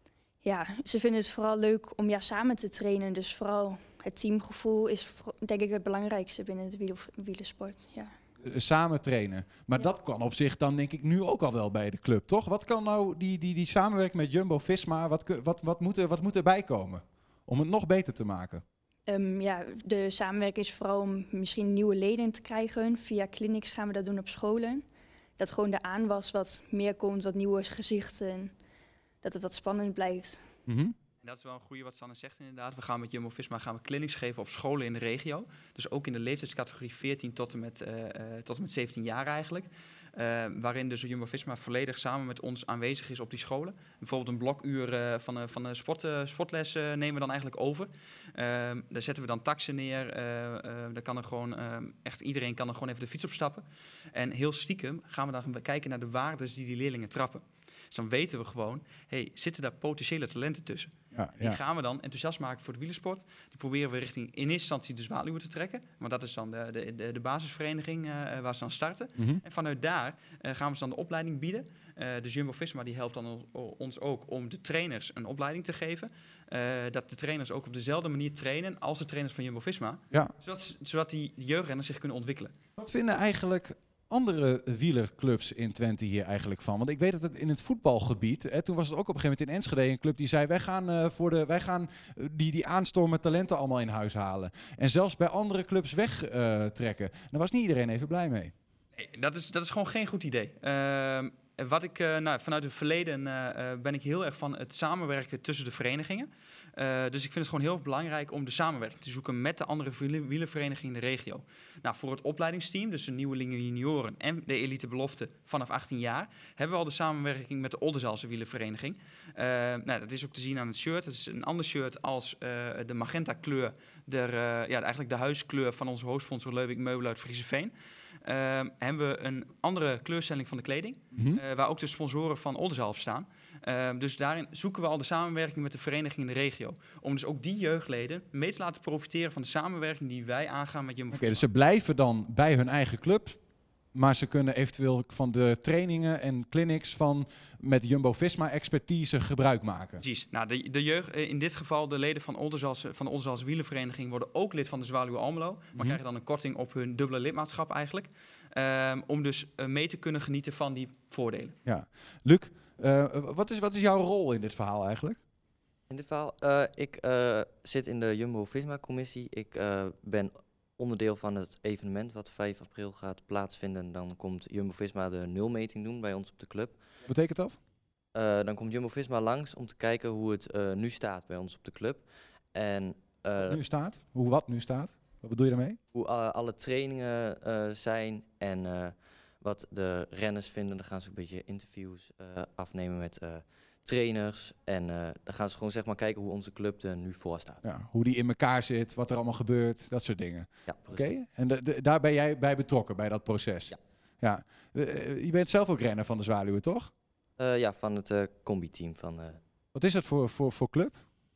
ja, ze vinden het vooral leuk om ja, samen te trainen. Dus vooral het teamgevoel is denk ik het belangrijkste binnen het wiel, wielersport. Ja. Samen trainen. Maar ja. dat kan op zich dan denk ik nu ook al wel bij de club, toch? Wat kan nou die, die, die samenwerking met Jumbo-Visma, wat, wat, wat, moet er, wat moet erbij komen om het nog beter te maken? Um, ja, de samenwerking is vooral om misschien nieuwe leden te krijgen. Via clinics gaan we dat doen op scholen. Dat gewoon de aanwas wat meer komt, wat nieuwe gezichten. Dat het wat spannend blijft. Mm-hmm. Dat is wel een goede wat Sanne zegt inderdaad. We gaan met Jumbo-Visma gaan we clinics geven op scholen in de regio. Dus ook in de leeftijdscategorie veertien tot en met, uh, uh, tot en met zeventien jaar eigenlijk. Uh, waarin dus Jumbo-Visma volledig samen met ons aanwezig is op die scholen. Bijvoorbeeld een blokuur uh, van een van een sport, uh, sportles uh, nemen we dan eigenlijk over. Uh, daar zetten we dan taxen neer. Uh, uh, daar kan er gewoon, uh, echt iedereen kan er gewoon even de fiets op stappen. En heel stiekem gaan we dan kijken naar de waardes die die leerlingen trappen. Dus dan weten we gewoon, hey, zitten daar potentiële talenten tussen? Ja, die ja. gaan we dan enthousiast maken voor de wielersport. Die proberen we richting in eerste instantie de Zwaluwen te trekken. Want dat is dan de, de, de, de basisvereniging uh, waar ze dan starten. Mm-hmm. En vanuit daar uh, gaan we ze dan de opleiding bieden. Uh, de Jumbo-Visma die helpt dan ons ook om de trainers een opleiding te geven. Uh, dat de trainers ook op dezelfde manier trainen als de trainers van Jumbo-Visma. Ja. Zodat, zodat die jeugdrenners zich kunnen ontwikkelen. Wat vinden eigenlijk andere wielerclubs in Twente hier eigenlijk van? Want ik weet dat het in het voetbalgebied, hè, toen was het ook op een gegeven moment in Enschede een club die zei, wij gaan, uh, voor de, wij gaan uh, die, die aanstormen talenten allemaal in huis halen. En zelfs bij andere clubs wegtrekken. Uh, Daar was niet iedereen even blij mee. Nee, dat is, dat is gewoon geen goed idee. Uh, wat ik, uh, nou, vanuit het verleden uh, uh, ben ik heel erg van het samenwerken tussen de verenigingen. Uh, dus ik vind het gewoon heel belangrijk om de samenwerking te zoeken met de andere wielerverenigingen in de regio. Nou, voor het opleidingsteam, dus de nieuwelingen junioren en de elite belofte vanaf achttien jaar, hebben we al de samenwerking met de Oldenzaalse wielervereniging. Uh, nou, dat is ook te zien aan het shirt. Het is een ander shirt als uh, de magenta kleur, de, uh, ja, eigenlijk de huiskleur van onze hoofdsponsor Leuvik Meubel uit Frieseveen. Uh, hebben we een andere kleurstelling van de kleding, Mm-hmm. uh, waar ook de sponsoren van Oldenzaal op staan. Uh, dus daarin zoeken we al de samenwerking met de vereniging in de regio. Om dus ook die jeugdleden mee te laten profiteren van de samenwerking die wij aangaan met Jumbo-Visma. Oké, dus ze blijven dan bij hun eigen club, maar ze kunnen eventueel van de trainingen en clinics van met Jumbo-Visma expertise gebruik maken. Precies. Nou, de, de jeugd, in dit geval de leden van, Oldenzaalse, van de Oldenzaalse wielervereniging worden ook lid van de Zwaluwe Almelo. Maar Mm-hmm. krijgen dan een korting op hun dubbele lidmaatschap eigenlijk. Um, om dus uh, mee te kunnen genieten van die voordelen. Ja. Luc, uh, wat, is, wat is jouw rol in dit verhaal eigenlijk? In dit verhaal, uh, ik uh, zit in de Jumbo-Visma-commissie. Ik uh, ben onderdeel van het evenement wat vijf april gaat plaatsvinden. Dan komt Jumbo-Visma de nulmeting doen bij ons op de club. Wat betekent dat? Uh, dan komt Jumbo-Visma langs om te kijken hoe het uh, nu staat bij ons op de club. En, uh, wat nu staat? Hoe wat nu staat? Wat bedoel je daarmee? Hoe uh, alle trainingen uh, zijn en uh, wat de renners vinden. Dan gaan ze een beetje interviews uh, afnemen met uh, trainers. En uh, dan gaan ze gewoon zeg maar kijken hoe onze club er nu voor staat. Ja, hoe die in elkaar zit, wat er allemaal gebeurt, dat soort dingen. Ja, Oké, okay. En de, de, daar ben jij bij betrokken, bij dat proces? Ja. Ja. Uh, je bent zelf ook renner van de Zwaluwen, toch? Uh, ja, van het uh, combi-team. Van, uh... Wat is dat voor, voor, voor club?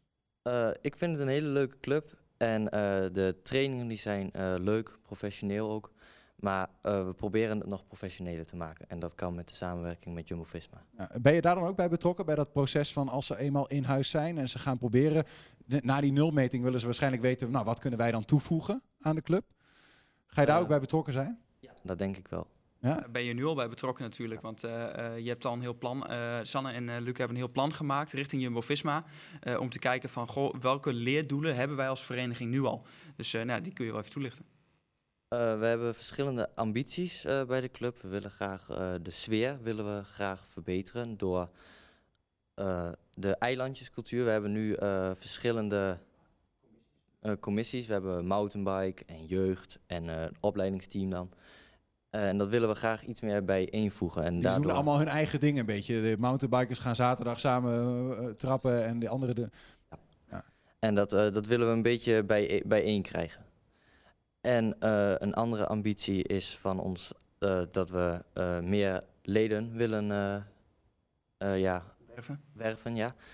Uh, ik vind het een hele leuke club. En uh, de trainingen die zijn uh, leuk, professioneel ook. Maar uh, we proberen het nog professioneler te maken. En dat kan met de samenwerking met Jumbo-Visma. Ja, ben je daar dan ook bij betrokken, bij dat proces van als ze eenmaal in huis zijn en ze gaan proberen, na die nulmeting willen ze waarschijnlijk weten, nou wat kunnen wij dan toevoegen aan de club? Ga je daar uh, ook bij betrokken zijn? Ja, dat denk ik wel. Ja? Daar ben je nu al bij betrokken natuurlijk, want uh, uh, je hebt al een heel plan. Uh, Sanne en uh, Luc hebben een heel plan gemaakt richting Jumbo-Visma. Uh, om te kijken van, goh, welke leerdoelen hebben wij als vereniging nu al? Dus uh, nou, die kun je wel even toelichten. Uh, we hebben verschillende ambities uh, bij de club. We willen graag uh, de sfeer willen we graag verbeteren door uh, de eilandjescultuur. We hebben nu uh, verschillende uh, commissies. We hebben mountainbike en jeugd en uh, een opleidingsteam dan. Uh, en dat willen we graag iets meer bijeenvoegen. En die daardoor... doen allemaal hun eigen dingen een beetje. De mountainbikers gaan zaterdag samen uh, trappen en de andere... De... Ja. Ja. En dat, uh, dat willen we een beetje bij, bijeen krijgen. En uh, een andere ambitie is van ons uh, dat we uh, meer leden willen uh, uh, ja, werven. werven ja.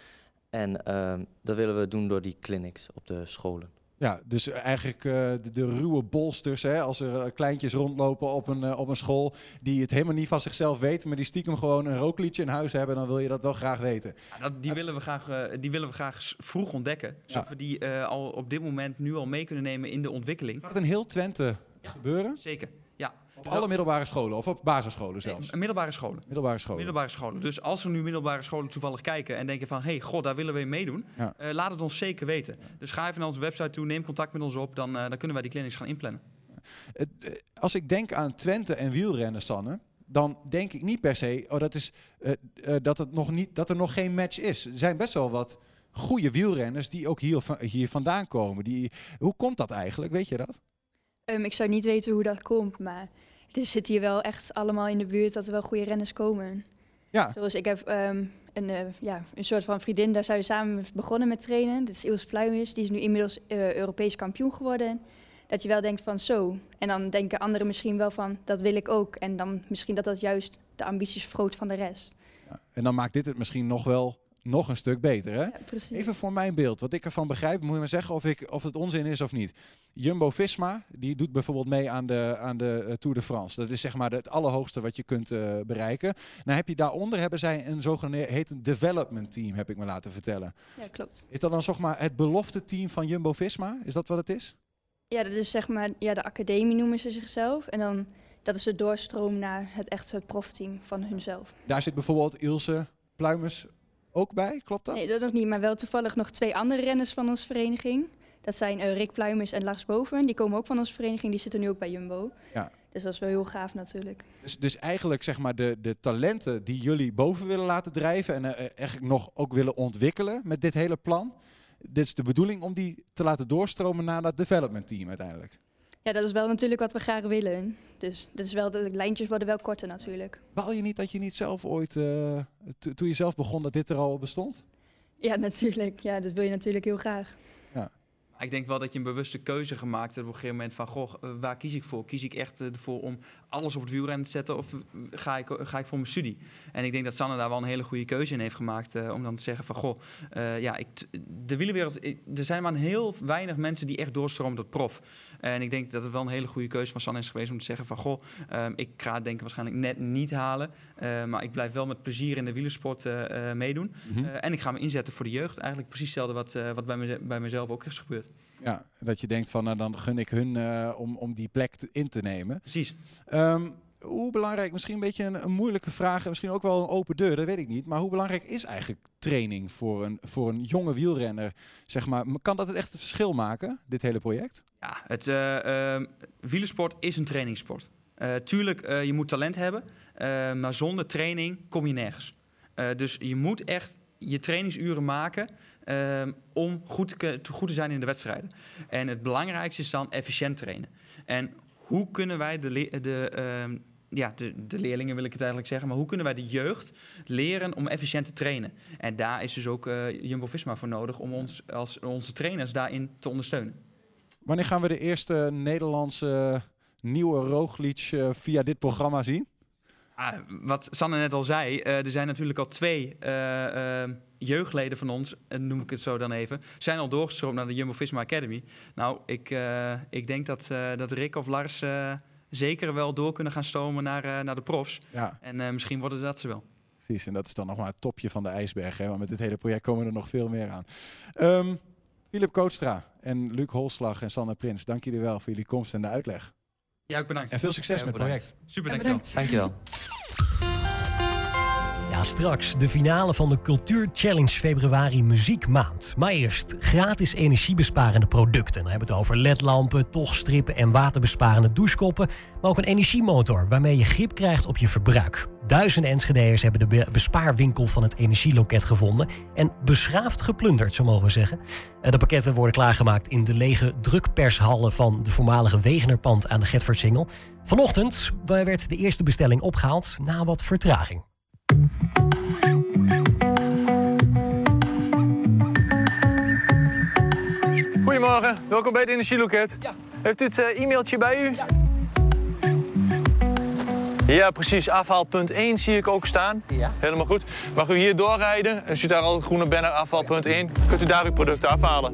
En uh, dat willen we doen door die clinics op de scholen. Ja, dus eigenlijk uh, de, de ruwe bolsters, hè, als er uh, kleintjes rondlopen op een, uh, op een school die het helemaal niet van zichzelf weten, maar die stiekem gewoon een rookliedje in huis hebben, dan wil je dat wel graag weten. Ja, dat, die, willen we graag, uh, die willen we graag vroeg ontdekken, zodat ja. we die uh, al op dit moment nu al mee kunnen nemen in de ontwikkeling. Gaat het in heel Twente ja, gebeuren? Zeker, ja. Op alle middelbare scholen of op basisscholen zelfs? Nee, middelbare scholen. Middelbare scholen. Middelbare scholen. Dus als er nu middelbare scholen toevallig kijken en denken van, hé, hey, god, daar willen we in meedoen, ja. uh, laat het ons zeker weten. Ja. Dus ga even naar onze website toe, neem contact met ons op, dan, uh, dan kunnen wij die clinics gaan inplannen. Uh, als ik denk aan Twente en wielrennen, Sanne, dan denk ik niet per se oh, dat, is, uh, uh, dat, het nog niet, dat er nog geen match is. Er zijn best wel wat goede wielrenners die ook hier, hier vandaan komen. Die, hoe komt dat eigenlijk? Weet je dat? Um, ik zou niet weten hoe dat komt, maar het zit hier wel echt allemaal in de buurt dat er wel goede renners komen. Ja. Zoals ik heb um, een, uh, ja, een soort van vriendin, daar zijn we samen begonnen met trainen. Dat is Ilse Pluijmers, die is nu inmiddels uh, Europees kampioen geworden. Dat je wel denkt van zo. En dan denken anderen misschien wel van, dat wil ik ook. En dan misschien dat dat juist de ambities vergroot van de rest. Ja, en dan maakt dit het misschien nog wel nog een stuk beter, hè? Ja, precies. Even voor mijn beeld, wat ik ervan begrijp, moet je maar zeggen of, ik, of het onzin is of niet. Jumbo-Visma, die doet bijvoorbeeld mee aan de, aan de uh, Tour de France. Dat is zeg maar het allerhoogste wat je kunt uh, bereiken. Nou heb je daaronder, hebben zij een zogeheten development team, heb ik me laten vertellen. Ja, klopt. Is dat dan zeg maar het belofte team van Jumbo-Visma? Is dat wat het is? Ja, dat is zeg maar, ja, de academie noemen ze zichzelf. En dan, dat is de doorstroom naar het echte profteam van hunzelf. Daar zit bijvoorbeeld Ilse Pluijmers ook bij, klopt dat? Nee, dat nog niet, maar wel toevallig nog twee andere renners van onze vereniging. Dat zijn uh, Rick Pluijmers en Lars Boven. Die komen ook van onze vereniging, die zitten nu ook bij Jumbo. Ja. Dus dat is wel heel gaaf natuurlijk. Dus, dus eigenlijk zeg maar de, de talenten die jullie boven willen laten drijven en uh, eigenlijk nog ook willen ontwikkelen met dit hele plan. Dit is de bedoeling om die te laten doorstromen naar dat development team uiteindelijk. Ja, dat is wel natuurlijk wat we graag willen. Dus dat is wel, de lijntjes worden wel korter natuurlijk. Baal je niet dat je niet zelf ooit, uh, to, toen je zelf begon, dat dit er al bestond? Ja, natuurlijk. Ja, dat wil je natuurlijk heel graag. Ja. Ik denk wel dat je een bewuste keuze gemaakt hebt op een gegeven moment van, goh, waar kies ik voor? Kies ik echt ervoor om alles op het wielrennen te zetten of ga ik, ga ik voor mijn studie? En ik denk dat Sanne daar wel een hele goede keuze in heeft gemaakt uh, om dan te zeggen van, goh, uh, ja, ik, de wielerwereld, ik, er zijn maar heel weinig mensen die echt doorstromen tot prof. En ik denk dat het wel een hele goede keuze van Sanne is geweest om te zeggen van, goh, uh, ik ga het denk ik waarschijnlijk net niet halen, uh, maar ik blijf wel met plezier in de wielersport uh, uh, meedoen. Mm-hmm. Uh, en ik ga me inzetten voor de jeugd. Eigenlijk precies hetzelfde wat, uh, wat bij, me, bij mezelf ook is gebeurd. Ja, dat je denkt van, nou, dan gun ik hun uh, om, om die plek te, in te nemen. Precies. Um, hoe belangrijk, misschien een beetje een, een moeilijke vraag, misschien ook wel een open deur, dat weet ik niet. Maar hoe belangrijk is eigenlijk training voor een, voor een jonge wielrenner? Zeg maar, kan dat het echt een verschil maken, dit hele project? Ja, het uh, uh, wielersport is een trainingssport. Uh, tuurlijk, uh, je moet talent hebben, uh, maar zonder training kom je nergens. Uh, dus je moet echt je trainingsuren maken uh, om goed te, goed te zijn in de wedstrijden. En het belangrijkste is dan efficiënt trainen. En hoe kunnen wij de, le- de, uh, ja, de, de leerlingen, wil ik het eigenlijk zeggen, maar hoe kunnen wij de jeugd leren om efficiënt te trainen? En daar is dus ook uh, Jumbo-Visma voor nodig om ons als onze trainers daarin te ondersteunen. Wanneer gaan we de eerste Nederlandse nieuwe Roglic uh, via dit programma zien? Ah, wat Sanne net al zei, uh, er zijn natuurlijk al twee uh, uh, jeugdleden van ons, uh, noem ik het zo dan even, zijn al doorgestroomd naar de Jumbo-Visma Academy. Nou, ik, uh, ik denk dat, uh, dat Rick of Lars uh, zeker wel door kunnen gaan stomen naar, uh, naar de profs. Ja. En uh, misschien worden dat ze wel. Precies, en dat is dan nog maar het topje van de ijsberg. Hè? Want met dit hele project komen er nog veel meer aan. Um, Philip Kootstra en Luc Holslag en Sanne Prins, dank jullie wel voor jullie komst en de uitleg. Ja, ook bedankt. En veel succes ja, met het project. Super, dankjewel. Dankjewel. Ja, straks de finale van de Cultuur Challenge Februari Muziekmaand. Maar eerst gratis energiebesparende producten. Dan hebben we het over ledlampen, tochtstrippen en waterbesparende douchekoppen. Maar ook een energiemotor waarmee je grip krijgt op je verbruik. Duizenden Enschedeërs hebben de be- bespaarwinkel van het Energieloket gevonden. En beschaafd geplunderd, zo mogen we zeggen. De pakketten worden klaargemaakt in de lege drukpershallen van de voormalige Wegenerpand aan de Getverdsingel. Vanochtend werd de eerste bestelling opgehaald na wat vertraging. Goedemorgen, welkom bij het Energieloket. Ja. Heeft u het uh, e-mailtje bij u? Ja. Ja, precies. Afhaalpunt één zie ik ook staan. Ja. Helemaal goed. Mag u hier doorrijden en ziet daar al een groene banner afhaalpunt één. Kunt u daar uw producten afhalen.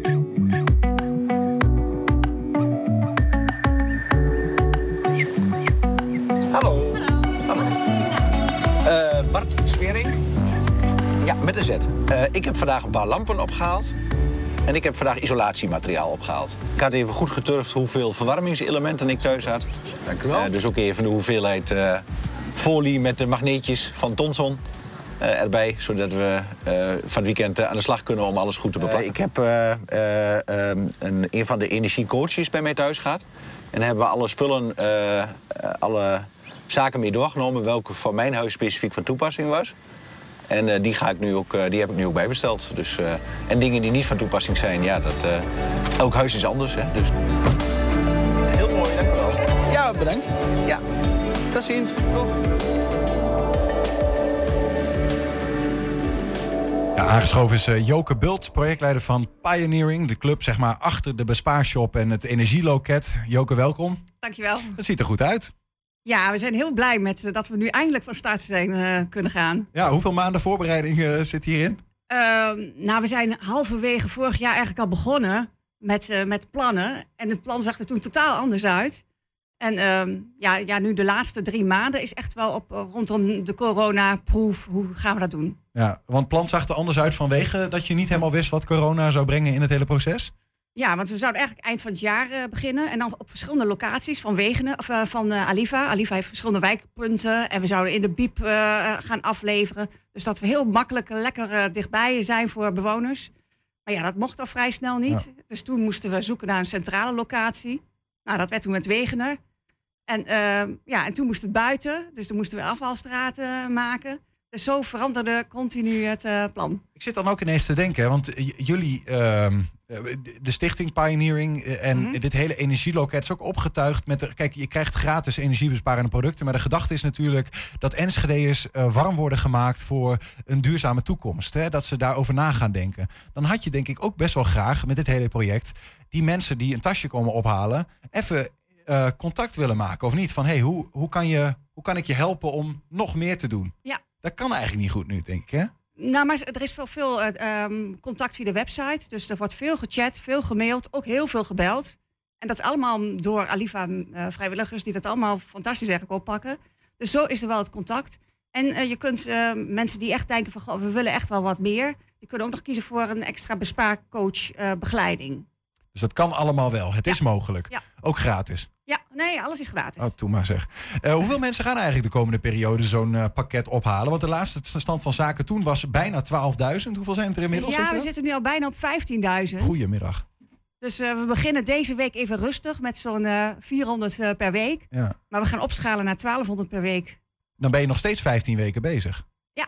Hallo. Hallo. Uh, Bart Swering. Ja, met een Z. Uh, ik heb vandaag een paar lampen opgehaald. En ik heb vandaag isolatiemateriaal opgehaald. Ik had even goed geturfd hoeveel verwarmingselementen ik thuis had. Dank u wel. Uh, dus ook even de hoeveelheid uh, folie met de magneetjes van Tonson uh, erbij. Zodat we uh, van het weekend uh, aan de slag kunnen om alles goed te beplakken. Uh, ik heb uh, uh, um, een, een van de energiecoaches bij mij thuis gehad. En daar hebben we alle spullen, uh, uh, alle zaken mee doorgenomen welke voor mijn huis specifiek van toepassing was. En uh, die, ga ik nu ook, uh, die heb ik nu ook bijbesteld. Dus, uh, en dingen die niet van toepassing zijn, ja, dat, uh, elk huis is anders. Hè, dus. Heel mooi, dank u wel. Ja, bedankt. Ja, tot ziens. Ja, aangeschoven is uh, Joke Bult, projectleider van Pioneering. De club zeg maar achter de bespaarshop en het energieloket. Joke, welkom. Dankjewel. Het ziet er goed uit. Ja, we zijn heel blij met uh, dat we nu eindelijk van start zijn uh, kunnen gaan. Ja, hoeveel maanden voorbereiding uh, zit hierin? Uh, nou, we zijn halverwege vorig jaar eigenlijk al begonnen met, uh, met plannen. En het plan zag er toen totaal anders uit. En uh, ja, ja, nu de laatste drie maanden is echt wel op uh, rondom de coronaproef. Hoe gaan we dat doen? Ja, want het plan zag er anders uit vanwege dat je niet helemaal wist wat corona zou brengen in het hele proces? Ja, want we zouden eigenlijk eind van het jaar uh, beginnen. En dan op verschillende locaties van Wegenen, of, uh, van uh, Aliva. Aliva heeft verschillende wijkpunten. En we zouden in de Biep uh, gaan afleveren. Dus dat we heel makkelijk lekker uh, dichtbij zijn voor bewoners. Maar ja, dat mocht al vrij snel niet. Ja. Dus toen moesten we zoeken naar een centrale locatie. Nou, dat werd toen met Wegener. En, uh, ja, en toen moest het buiten. Dus dan moesten we afvalstraten maken. Dus zo veranderde continu het uh, plan. Ik zit dan ook ineens te denken, want j- jullie, uh, de stichting Pioneering uh, en mm-hmm. dit hele energieloket is ook opgetuigd met... De, kijk, je krijgt gratis energiebesparende producten, maar de gedachte is natuurlijk dat Enschede'ers uh, warm worden gemaakt voor een duurzame toekomst. Hè, dat ze daarover na gaan denken. Dan had je denk ik ook best wel graag met dit hele project die mensen die een tasje komen ophalen even uh, contact willen maken, of niet? Van, hey, hoe, hoe, kan je, hoe kan ik je helpen om nog meer te doen? Ja. Dat kan eigenlijk niet goed nu, denk ik, hè? Nou, maar er is wel veel uh, um, contact via de website. Dus er wordt veel gechat, veel gemaild, ook heel veel gebeld. En dat is allemaal door Aliva uh, vrijwilligers die dat allemaal fantastisch eigenlijk oppakken. Dus zo is er wel het contact. En uh, je kunt uh, mensen die echt denken van, goh, we willen echt wel wat meer. Die kunnen ook nog kiezen voor een extra bespaarcoach uh, begeleiding. Dus dat kan allemaal wel. Het ja. is mogelijk. Ja. Ook gratis. Ja, nee, alles is gratis. Oh, toe maar zeg. Uh, hoeveel mensen gaan eigenlijk de komende periode zo'n uh, pakket ophalen? Want de laatste stand van zaken toen was bijna twaalfduizend. Hoeveel zijn het er inmiddels? Ja, we zitten nu al bijna op vijftienduizend. Goedemiddag. Dus uh, we beginnen deze week even rustig met zo'n uh, vierhonderd uh, per week. Ja. Maar we gaan opschalen naar twaalfhonderd per week. Dan ben je nog steeds vijftien weken bezig. Ja.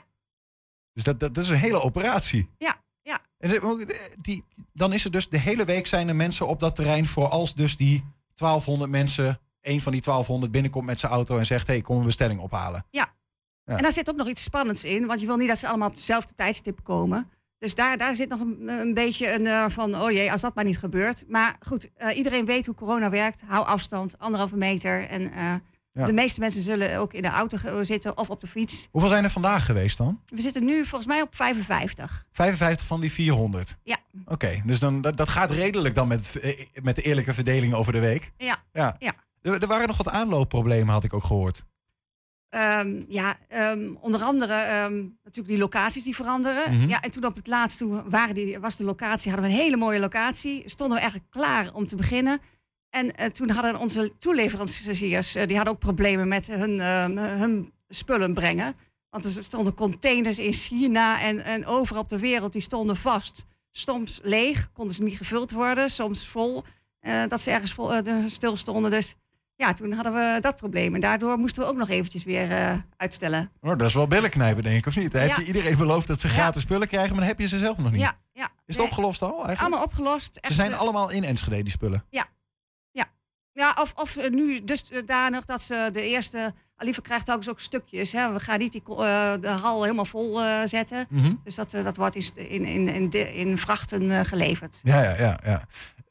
Dus dat, dat, dat is een hele operatie. Ja, ja. En die, dan is er dus de hele week zijn er mensen op dat terrein voor als dus die twaalfhonderd mensen, één van die twaalfhonderd binnenkomt met zijn auto en zegt, hé, hey, kom een bestelling ophalen. Ja. ja. En daar zit ook nog iets spannends in, want je wil niet dat ze allemaal op dezelfde tijdstip komen. Dus daar, daar zit nog een, een beetje een uh, van, oh jee, als dat maar niet gebeurt. Maar goed, uh, iedereen weet hoe corona werkt. Hou afstand, anderhalve meter. En uh, ja. de meeste mensen zullen ook in de auto zitten of op de fiets. Hoeveel zijn er vandaag geweest dan? We zitten nu volgens mij op vijfenvijftig. vijfenvijftig van die vierhonderd? Ja. Oké, okay, dus dan, dat, dat gaat redelijk dan met, met de eerlijke verdeling over de week? Ja. ja. ja. Er, er waren nog wat aanloopproblemen, had ik ook gehoord. Um, ja, um, onder andere um, natuurlijk die locaties die veranderen. Mm-hmm. Ja, en toen op het laatst toen waren die, was de locatie, hadden we een hele mooie locatie. Stonden we eigenlijk klaar om te beginnen. En uh, toen hadden onze toeleveranciers, uh, die hadden ook problemen met hun, uh, hun spullen brengen. Want er stonden containers in China en, en overal op de wereld, die stonden vast. Soms leeg, konden ze niet gevuld worden, soms vol. Uh, dat ze ergens vol, uh, stil stonden, dus... Ja, toen hadden we dat probleem. En daardoor moesten we ook nog eventjes weer uh, uitstellen. Oh, dat is wel billen knijpen, denk ik, of niet? Ja. Heb je iedereen beloofd dat ze gratis ja. spullen krijgen, maar dan heb je ze zelf nog niet. Ja, ja. Is het nee. opgelost al eigenlijk? Allemaal opgelost. Echt, ze zijn allemaal in Enschede, die spullen? Ja. Ja, ja of, of nu dusdanig dat ze de eerste... Aliva krijgt ook ook stukjes. Hè. We gaan niet die, uh, de hal helemaal vol uh, zetten. Mm-hmm. Dus dat, uh, dat wordt in, in, in, in, in vrachten uh, geleverd. Ja, ja, ja. ja.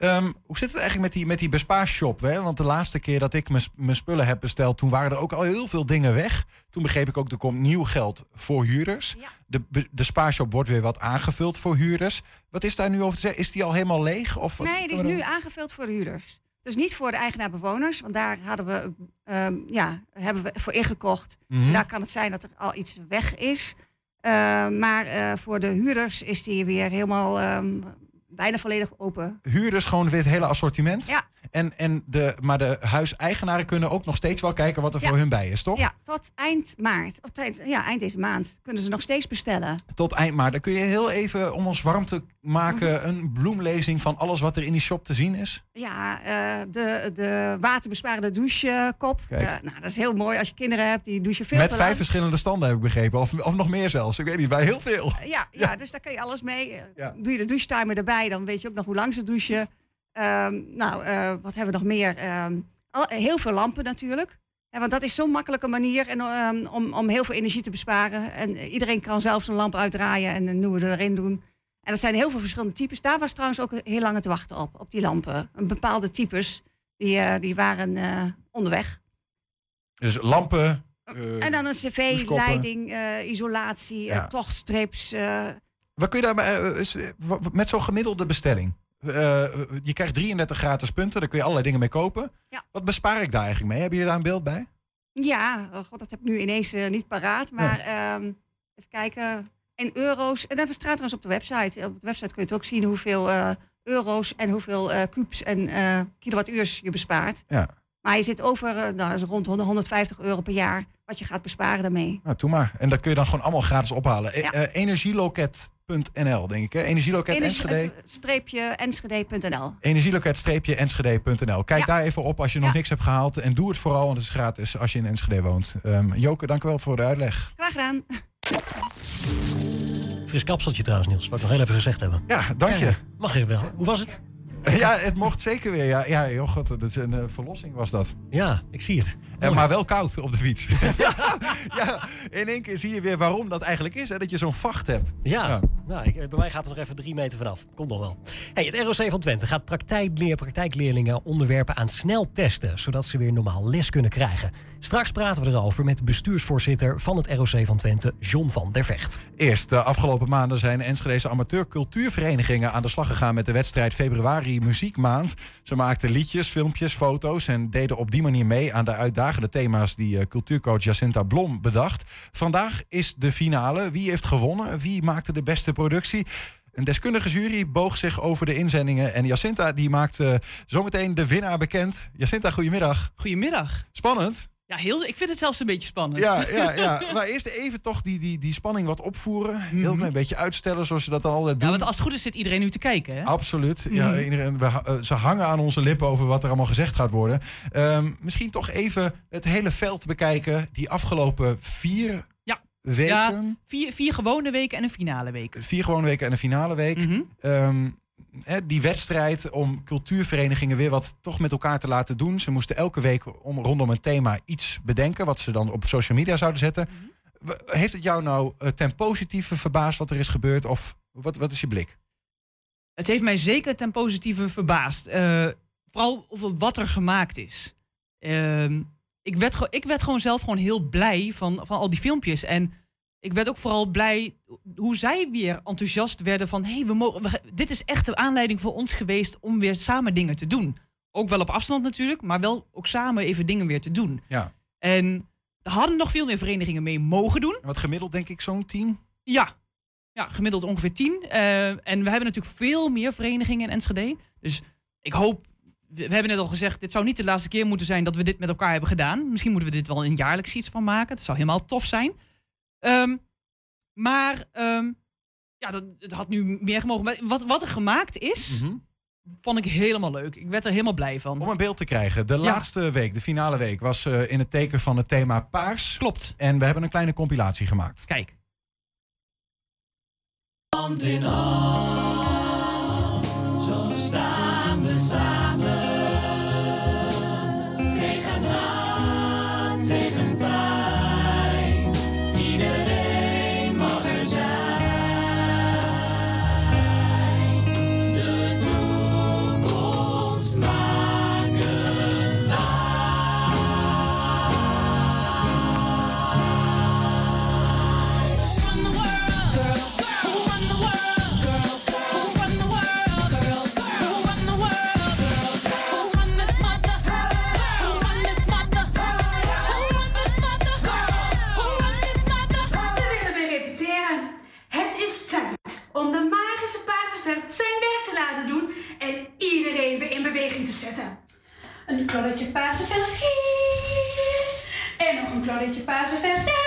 Um, hoe zit het eigenlijk met die, met die bespaarshop? Hè? Want de laatste keer dat ik mijn spullen heb besteld, toen waren er ook al heel veel dingen weg. Toen begreep ik ook, er komt nieuw geld voor huurders. Ja. De, de spaarshop wordt weer wat aangevuld voor huurders. Wat is daar nu over te zeggen? Is die al helemaal leeg? Of wat? Nee, die is nu aangevuld voor de huurders. Dus niet voor de eigenaar-bewoners, want daar hadden we, um, ja, hebben we voor ingekocht. Mm-hmm. Daar kan het zijn dat er al iets weg is. Uh, maar uh, voor de huurders is die weer helemaal um, bijna volledig open. Huurders gewoon weer het hele assortiment? Ja. En, en de, maar de huiseigenaren kunnen ook nog steeds wel kijken wat er ja. voor hun bij is, toch? Ja, tot eind maart. Of t- ja, eind deze maand kunnen ze nog steeds bestellen. Tot eind maart. Dan kun je heel even, om ons warm te maken, een bloemlezing van alles wat er in die shop te zien is? Ja, uh, de, de waterbesparende douchekop. Uh, nou, dat is heel mooi als je kinderen hebt die douchen veel Met te vijf lang. verschillende standen heb ik begrepen. Of, of nog meer zelfs. Ik weet niet, bij heel veel. Uh, ja, ja, ja, dus daar kun je alles mee. Uh, ja. Doe je de douchetimer erbij, dan weet je ook nog hoe lang ze douchen. Um, nou, uh, wat hebben we nog meer? Um, al, heel veel lampen natuurlijk. Ja, want dat is zo'n makkelijke manier en, um, om, om heel veel energie te besparen. En uh, iedereen kan zelf zijn lamp uitdraaien en een nieuwe erin doen. En dat zijn heel veel verschillende types. Daar was trouwens ook heel lang te wachten op, op die lampen. Een bepaalde types, die, uh, die waren uh, onderweg. Dus lampen... Uh, en dan een cv-leiding, uh, isolatie, ja. uh, tochtstrips. Uh. Wat kun je daarbij... Uh, met zo'n gemiddelde bestelling... Uh, je krijgt drieëndertig gratis punten, daar kun je allerlei dingen mee kopen. Ja. Wat bespaar ik daar eigenlijk mee? Heb je daar een beeld bij? Ja, oh God, dat heb ik nu ineens uh, niet paraat. Maar ja. um, even kijken, in euro's. En dat is trouwens op de website. Op de website kun je het ook zien hoeveel uh, euro's en hoeveel uh, kubus en uh, kilowattuurs je bespaart. Ja. Maar je zit over, uh, nou, is rond honderdvijftig euro per jaar wat je gaat besparen daarmee. Nou, doe maar. En dat kun je dan gewoon allemaal gratis ophalen. Ja. Uh, energieloket punt n l, denk ik. Hè? Energieloket Energie, Enschede. Streepje Enschede punt n l. Energieloket streepje Enschede punt n l. Kijk ja. daar even op als je nog ja. niks hebt gehaald. En doe het vooral, want het is gratis als je in Enschede woont. Um, Joke, dank u wel voor de uitleg. Graag gedaan. Fris kapseltje trouwens, Niels. Wat ik nog heel even gezegd hebben. Ja, dank je. Ja, mag je wel. Hoe was het? Ja, het mocht zeker weer. Ja, ja joh, god, dat is een uh, verlossing was dat. Ja, ik zie het. Uh, maar wel koud op de fiets. ja, ja, in één keer zie je weer waarom dat eigenlijk is. Hè, dat je zo'n vacht hebt. Ja, ja. Nou, ik, bij mij gaat er nog even drie meter vanaf. Komt nog wel. Hey, het R O C van Twente gaat praktijkleer, praktijkleerlingen onderwerpen aan sneltesten. Zodat ze weer normaal les kunnen krijgen. Straks praten we erover met bestuursvoorzitter van het R O C van Twente, John van der Vecht. Eerst, de afgelopen maanden zijn Enschedese amateur-cultuurverenigingen aan de slag gegaan met de wedstrijd Februari Muziekmaand. Ze maakten liedjes, filmpjes, foto's en deden op die manier mee aan de uitdagende thema's die uh, cultuurcoach Jacinta Blom bedacht. Vandaag is de finale. Wie heeft gewonnen? Wie maakte de beste productie? Een deskundige jury boog zich over de inzendingen. En Jacinta die maakt uh, zometeen de winnaar bekend. Jacinta, goedemiddag. Goedemiddag. Spannend. Ja, heel, ik vind het zelfs een beetje spannend. Ja, ja, ja. Maar eerst even toch die, die, die spanning wat opvoeren. Heel mm-hmm. klein beetje uitstellen zoals je dat dan altijd doet. Ja, want als het goed is zit iedereen nu te kijken. Hè? Absoluut. Mm-hmm. Ja, iedereen, we, uh, ze hangen aan onze lippen over wat er allemaal gezegd gaat worden. Um, misschien toch even het hele veld bekijken. Die afgelopen vier ja. weken. Ja, vier, vier gewone weken en een finale week. Vier gewone weken en een finale week. Mm-hmm. Um, He, die wedstrijd om cultuurverenigingen weer wat toch met elkaar te laten doen. Ze moesten elke week om, rondom een thema iets bedenken wat ze dan op social media zouden zetten. Mm-hmm. Heeft het jou nou uh, ten positieve verbaasd wat er is gebeurd? Of wat, wat is je blik? Het heeft mij zeker ten positieve verbaasd. Uh, vooral over wat er gemaakt is. Uh, ik, werd ge- ik werd gewoon zelf gewoon heel blij van, van al die filmpjes. En ik werd ook vooral blij hoe zij weer enthousiast werden van... Hey, we mogen, we, dit is echt de aanleiding voor ons geweest om weer samen dingen te doen. Ook wel op afstand natuurlijk, maar wel ook samen even dingen weer te doen. Ja. En er hadden nog veel meer verenigingen mee mogen doen. Wat gemiddeld denk ik zo'n tien? Ja, ja gemiddeld ongeveer tien. Uh, en we hebben natuurlijk veel meer verenigingen in Enschede. Dus ik hoop... We hebben net al gezegd, dit zou niet de laatste keer moeten zijn dat we dit met elkaar hebben gedaan. Misschien moeten we dit wel een jaarlijks iets van maken. Dat zou helemaal tof zijn. Um, maar um, ja, dat, het had nu meer gemogen. Maar wat, wat er gemaakt is, mm-hmm. vond ik helemaal leuk. Ik werd er helemaal blij van. Om een beeld te krijgen. De ja. laatste week, de finale week, was uh, in het teken van het thema paars. Klopt. En we hebben een kleine compilatie gemaakt. Kijk. Hand in hand, zo staan we samen. Tegen haat, tegen pijn. Iedereen mag er zijn. De toekomst theater zijn werk te laten doen en iedereen weer in beweging te zetten. Een Claudetje Paardenverf hier en nog een Claudetje Paardenverf daar.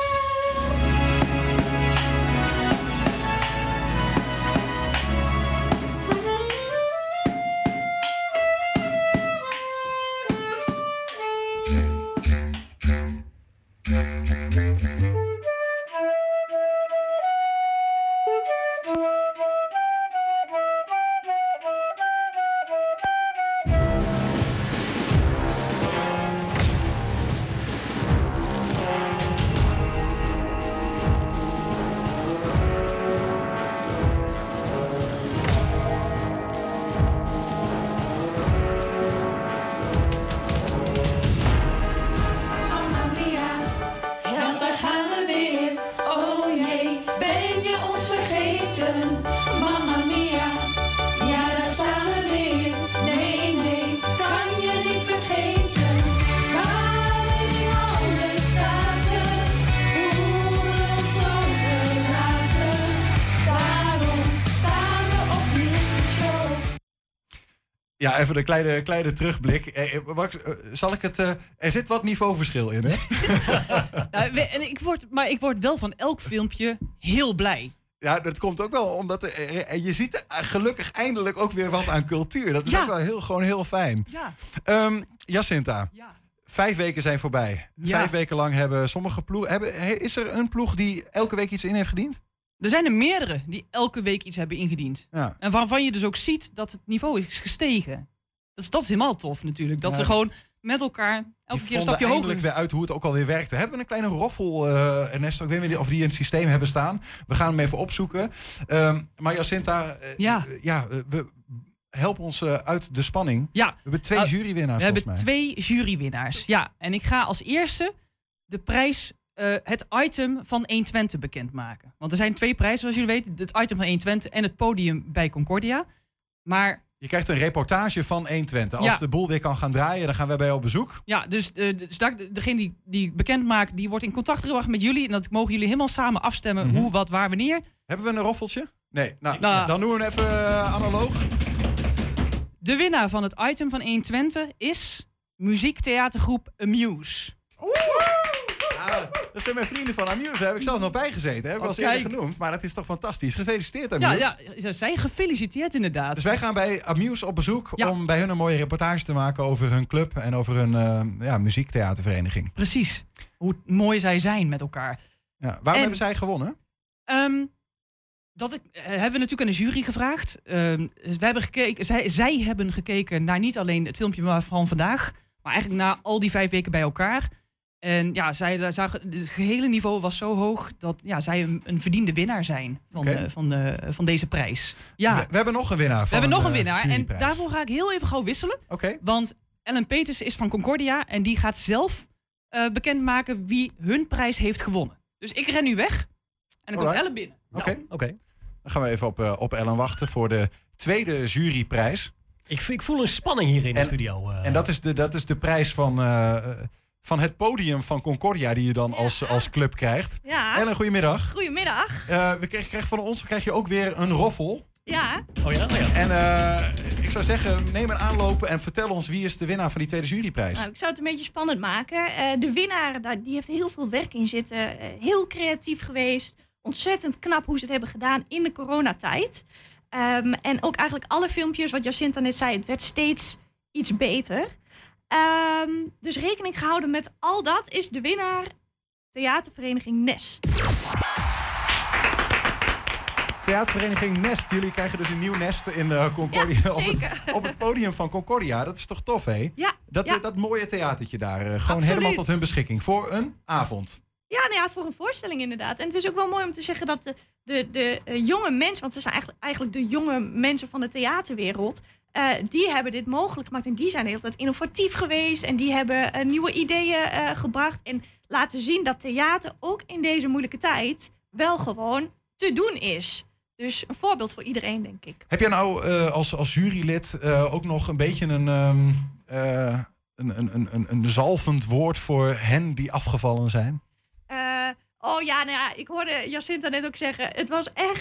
Ja, even een kleine, kleine terugblik. Eh, Max, eh, zal ik het... Uh, er zit wat niveauverschil in, hè? Ja, en ik word, maar ik word wel van elk filmpje heel blij. Ja, dat komt ook wel omdat... Er, en je ziet er gelukkig eindelijk ook weer wat aan cultuur. Dat is ja. ook wel heel, gewoon heel fijn. Ja. Um, Jacinta, ja. vijf weken zijn voorbij. Ja. Vijf weken lang hebben sommige ploegen... Hebben, is er een ploeg die elke week iets in heeft gediend? Er zijn er meerdere die elke week iets hebben ingediend. Ja. En waarvan je dus ook ziet dat het niveau is gestegen. Dat is, dat is helemaal tof natuurlijk. Dat ja, ze gewoon met elkaar elke keer een stapje hoger... eindelijk weer uit hoe het ook alweer werkte. Hebben we een kleine roffel, uh, Ernesto? Ik weet niet of die in het systeem hebben staan. We gaan hem even opzoeken. Um, maar Jacinta, uh, ja. Uh, ja, uh, we... Help ons uh, uit de spanning. Ja. We hebben twee uh, jurywinnaars. We hebben mij. twee jurywinnaars. Ja, en ik ga als eerste de prijs... Uh, het item van honderdtwintig bekendmaken. Want er zijn twee prijzen, zoals jullie weten. Het item van honderdtwintig en het podium bij Concordia. Maar... Je krijgt een reportage van honderdtwintig. Als ja. de boel weer kan gaan draaien, dan gaan wij bij jou op bezoek. Ja, dus, uh, dus degene die, die bekend maakt, die wordt in contact gebracht met jullie. En dat mogen jullie helemaal samen afstemmen. Mm-hmm. Hoe, wat, waar, wanneer. Hebben we een roffeltje? Nee. Nou, nou dan doen we hem even uh, analoog. De winnaar van het item van honderdtwintig is muziektheatergroep Amuse. Ja, dat zijn mijn vrienden van Amuse. Daar heb ik zelf nog bij gezeten. Heb ik wel eens eerder genoemd. Maar dat is toch fantastisch. Gefeliciteerd, Amuse. Ja, ja, ze zijn gefeliciteerd inderdaad. Dus wij gaan bij Amuse op bezoek ja. om bij hun een mooie reportage te maken over hun club en over hun uh, ja, muziektheatervereniging. Precies. Hoe mooi zij zijn met elkaar. Ja, waarom en, hebben zij gewonnen? Um, dat ik, uh, hebben we natuurlijk aan de jury gevraagd. Uh, we hebben gekeken, zij, zij hebben gekeken naar niet alleen het filmpje van vandaag, maar eigenlijk naar al die vijf weken bij elkaar. En ja, zij zagen, het gehele niveau was zo hoog dat ja, zij een, een verdiende winnaar zijn van, okay. de, van, de, van deze prijs. Ja. We, we hebben nog een winnaar. Van we hebben nog een uh, winnaar en daarvoor ga ik heel even gauw wisselen. Okay. Want Ellen Peters is van Concordia en die gaat zelf uh, bekendmaken wie hun prijs heeft gewonnen. Dus ik ren nu weg en dan komt Ellen binnen. Oké, okay. nou. okay. Dan gaan we even op, uh, op Ellen wachten voor de tweede juryprijs. Ik, ik voel een spanning hier in de en, studio. Uh. En dat is de, dat is de prijs van... Uh, Van het podium van Concordia die je dan ja. als, als club krijgt. Ja. Ellen, goedemiddag. Goedemiddag. Uh, we krijgen krijg van ons krijg je ook weer een roffel. Ja. Oh ja, oh ja. En uh, ik zou zeggen, neem een aanloop en vertel ons wie is de winnaar van die tweede juryprijs. Nou, ik zou het een beetje spannend maken. Uh, de winnaar, die heeft heel veel werk in zitten. Uh, heel creatief geweest. Ontzettend knap hoe ze het hebben gedaan in de coronatijd. Um, en ook eigenlijk alle filmpjes, wat Jacinta net zei, het werd steeds iets beter. Um, dus rekening gehouden met al dat is de winnaar Theatervereniging Nest. Theatervereniging Nest. Jullie krijgen dus een nieuw nest in uh, Concordia. Ja, op, het, op het podium van Concordia. Dat is toch tof, hè? Ja. Dat, ja. dat mooie theatertje daar. Uh, gewoon Absoluut. Helemaal tot hun beschikking. Voor een avond. Ja, nou ja, voor een voorstelling inderdaad. En het is ook wel mooi om te zeggen dat de, de, de uh, jonge mensen... want ze zijn eigenlijk, eigenlijk de jonge mensen van de theaterwereld... Uh, die hebben dit mogelijk gemaakt. En die zijn de hele tijd innovatief geweest. En die hebben uh, nieuwe ideeën uh, gebracht. En laten zien dat theater ook in deze moeilijke tijd... wel gewoon te doen is. Dus een voorbeeld voor iedereen, denk ik. Heb jij nou uh, als, als jurylid uh, ook nog een beetje een, um, uh, een, een, een, een zalvend woord voor hen die afgevallen zijn? Uh, oh ja, nou ja, ik hoorde Jacinta net ook zeggen... het was echt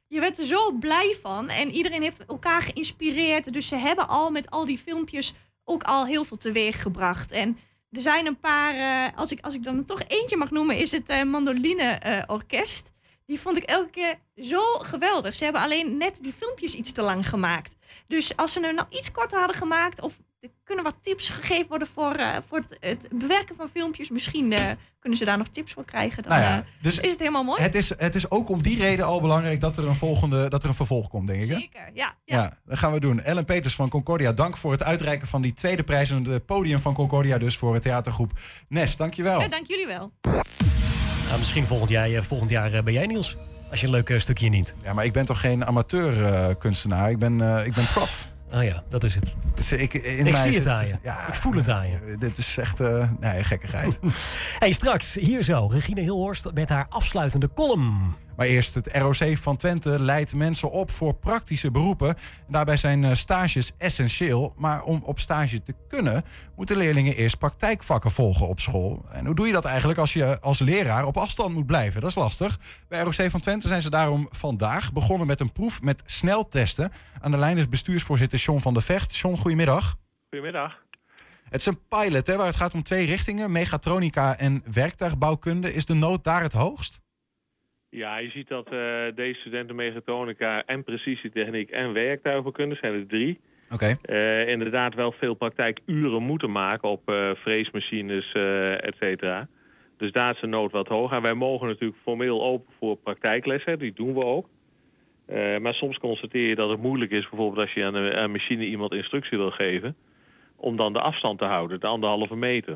je werd er zo blij van. En iedereen heeft elkaar geïnspireerd. Dus ze hebben al met al die filmpjes ook al heel veel teweeg gebracht. En er zijn een paar, uh, als, ik, als ik dan toch eentje mag noemen, is het uh, Mandoline uh, Orkest. Die vond ik elke keer zo geweldig. Ze hebben alleen net die filmpjes iets te lang gemaakt. Dus als ze hem nou iets korter hadden gemaakt, of er kunnen wat tips gegeven worden voor, uh, voor het, het bewerken van filmpjes. Misschien uh, kunnen ze daar nog tips voor krijgen. Dan Nou ja, uh, dus is het helemaal mooi. Het is, het is ook om die reden al belangrijk dat er een, volgende, dat er een vervolg komt, denk ik. Hè? Zeker, ja. Ja. ja, dat gaan we doen. Ellen Peters van Concordia, dank voor het uitreiken van die tweede prijs en het podium van Concordia, dus voor het theatergroep Nes. Dank je wel. Ja, dank jullie wel. Nou, misschien volgend jaar, volgend jaar ben jij, Niels. Als je een leuk uh, stukje dient. Ja, maar ik ben toch geen amateur uh, kunstenaar. Ik ben, uh, ik ben prof. Oh ja, dat is het. Dus ik in ik mij zie het zit, aan je. Ja, ik voel het aan je. Dit is echt uh, nee, gekkigheid. Hey, straks hier zo. Regine Hilhorst met haar afsluitende column. Maar eerst, het R O C van Twente leidt mensen op voor praktische beroepen. Daarbij zijn stages essentieel. Maar om op stage te kunnen, moeten leerlingen eerst praktijkvakken volgen op school. En hoe doe je dat eigenlijk als je als leraar op afstand moet blijven? Dat is lastig. Bij R O C van Twente zijn ze daarom vandaag begonnen met een proef met sneltesten. Aan de lijn is bestuursvoorzitter John van der Vecht. John, goedemiddag. Goedemiddag. Het is een pilot hè, waar het gaat om twee richtingen. Mechatronica en werktuigbouwkunde. Is de nood daar het hoogst? Ja, je ziet dat uh, deze studenten mechatronica en precisietechniek en werktuigenkunde, zijn er drie. Oké. Okay. Uh, inderdaad wel veel praktijkuren moeten maken op uh, freesmachines, uh, et cetera. Dus daar is de nood wat hoog. En wij mogen natuurlijk formeel open voor praktijklessen, die doen we ook. Uh, maar soms constateer je dat het moeilijk is, bijvoorbeeld als je aan een, aan een machine iemand instructie wil geven, om dan de afstand te houden, de anderhalve meter.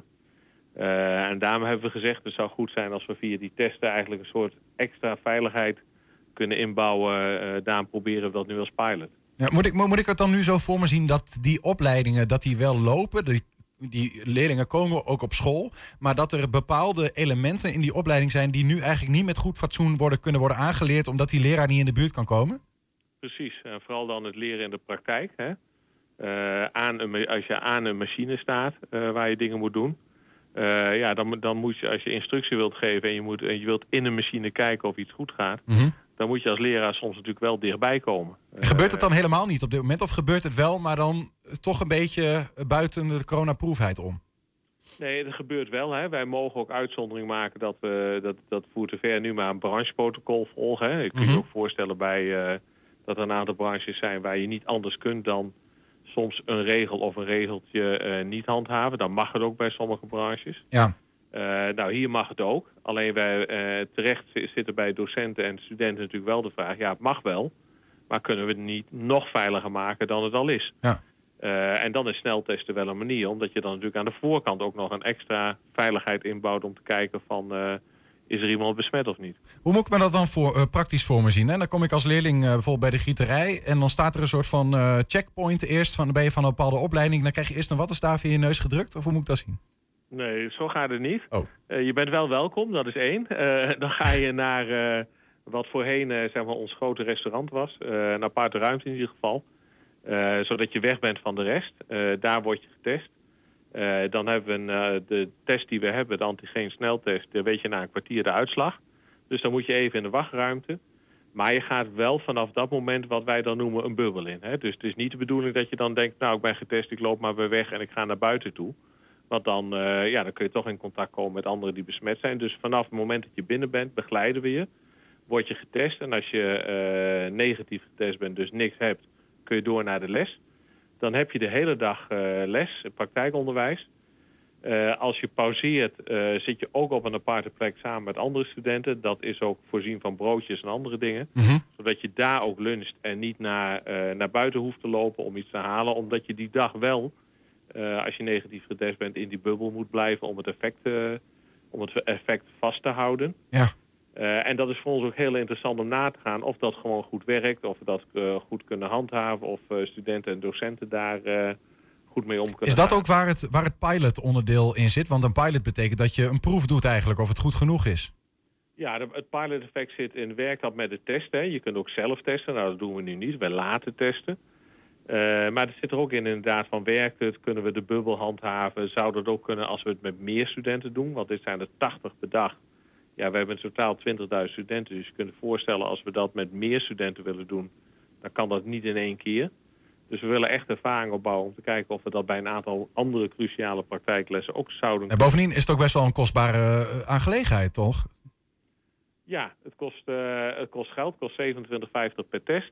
Uh, en daarom hebben we gezegd, het zou goed zijn als we via die testen eigenlijk een soort extra veiligheid kunnen inbouwen. Uh, daarom proberen we dat nu als pilot. Ja, moet, ik, moet ik het dan nu zo voor me zien dat die opleidingen dat die wel lopen? Die, die leerlingen komen ook op school. Maar dat er bepaalde elementen in die opleiding zijn die nu eigenlijk niet met goed fatsoen worden, kunnen worden aangeleerd omdat die leraar niet in de buurt kan komen? Precies. En vooral dan het leren in de praktijk. Hè? Uh, aan een, als je aan een machine staat uh, waar je dingen moet doen. Uh, ja, dan, dan moet je, als je instructie wilt geven en je, moet, en je wilt in een machine kijken of iets goed gaat, Mm-hmm. dan moet je als leraar soms natuurlijk wel dichtbij komen. Gebeurt het dan helemaal niet op dit moment? Of gebeurt het wel, maar dan toch een beetje buiten de coronaproefheid om? Nee, dat gebeurt wel. Hè. Wij mogen ook uitzondering maken dat, uh, dat, dat voert te ver nu maar een brancheprotocol volgen. Hè. Ik kan Mm-hmm. je ook voorstellen bij, uh, dat er een aantal branches zijn waar je niet anders kunt dan soms een regel of een regeltje uh, niet handhaven. Dan mag het ook bij sommige branches. Ja. Uh, nou, hier mag het ook. Alleen wij uh, terecht zitten bij docenten en studenten natuurlijk wel de vraag, ja, het mag wel, maar kunnen we het niet nog veiliger maken dan het al is? Ja. Uh, en dan is sneltesten wel een manier, omdat je dan natuurlijk aan de voorkant ook nog een extra veiligheid inbouwt om te kijken van, uh, is er iemand besmet of niet? Hoe moet ik me dat dan voor, uh, praktisch voor me zien? Hè? Dan kom ik als leerling uh, bijvoorbeeld bij de gieterij en dan staat er een soort van uh, checkpoint eerst. Van, dan ben je van een bepaalde opleiding, dan krijg je eerst een wattenstaaf in je neus gedrukt? Of hoe moet ik dat zien? Nee, zo gaat het niet. Oh. Uh, je bent wel welkom, dat is één. Uh, dan ga je naar uh, wat voorheen uh, zeg maar ons grote restaurant was. Uh, een aparte ruimte in ieder geval. Uh, zodat je weg bent van de rest. Uh, daar word je getest. Uh, dan hebben we een, uh, de test die we hebben, de antigeen sneltest. Daar weet je na een kwartier de uitslag. Dus dan moet je even in de wachtruimte. Maar je gaat wel vanaf dat moment wat wij dan noemen een bubbel in. Hè? Dus het is niet de bedoeling dat je dan denkt, nou ik ben getest, ik loop maar weer weg en ik ga naar buiten toe. Want dan, uh, ja, dan kun je toch in contact komen met anderen die besmet zijn. Dus vanaf het moment dat je binnen bent, begeleiden we je. Word je getest en als je uh, negatief getest bent, dus niks hebt, kun je door naar de les. Dan heb je de hele dag uh, les, praktijkonderwijs. Uh, als je pauzeert, uh, zit je ook op een aparte plek samen met andere studenten. Dat is ook voorzien van broodjes en andere dingen. Mm-hmm. Zodat je daar ook luncht en niet naar, uh, naar buiten hoeft te lopen om iets te halen. Omdat je die dag wel, uh, als je negatief getest bent, in die bubbel moet blijven om het effect, uh, om het effect vast te houden. Ja. Uh, en dat is voor ons ook heel interessant om na te gaan of dat gewoon goed werkt. Of we dat uh, goed kunnen handhaven. Of uh, studenten en docenten daar uh, goed mee om kunnen Is dat gaan. ook waar het, waar het pilot onderdeel in zit? Want een pilot betekent dat je een proef doet eigenlijk of het goed genoeg is. Ja, de, het pilot effect zit in werkt dat met de test. Hè. Je kunt ook zelf testen. Nou, dat doen we nu niet. Wij laten testen. Uh, maar het zit er ook in inderdaad van werkt het? Kunnen we de bubbel handhaven? Zou dat ook kunnen als we het met meer studenten doen? Want dit zijn er tachtig per dag. Ja, we hebben in totaal twintigduizend studenten. Dus je kunt je voorstellen, als we dat met meer studenten willen doen, dan kan dat niet in één keer. Dus we willen echt ervaring opbouwen om te kijken of we dat bij een aantal andere cruciale praktijklessen ook zouden En bovendien is het ook best wel een kostbare uh, aangelegenheid, toch? Ja, het kost, uh, het kost geld. Het kost zevenentwintig vijftig per test.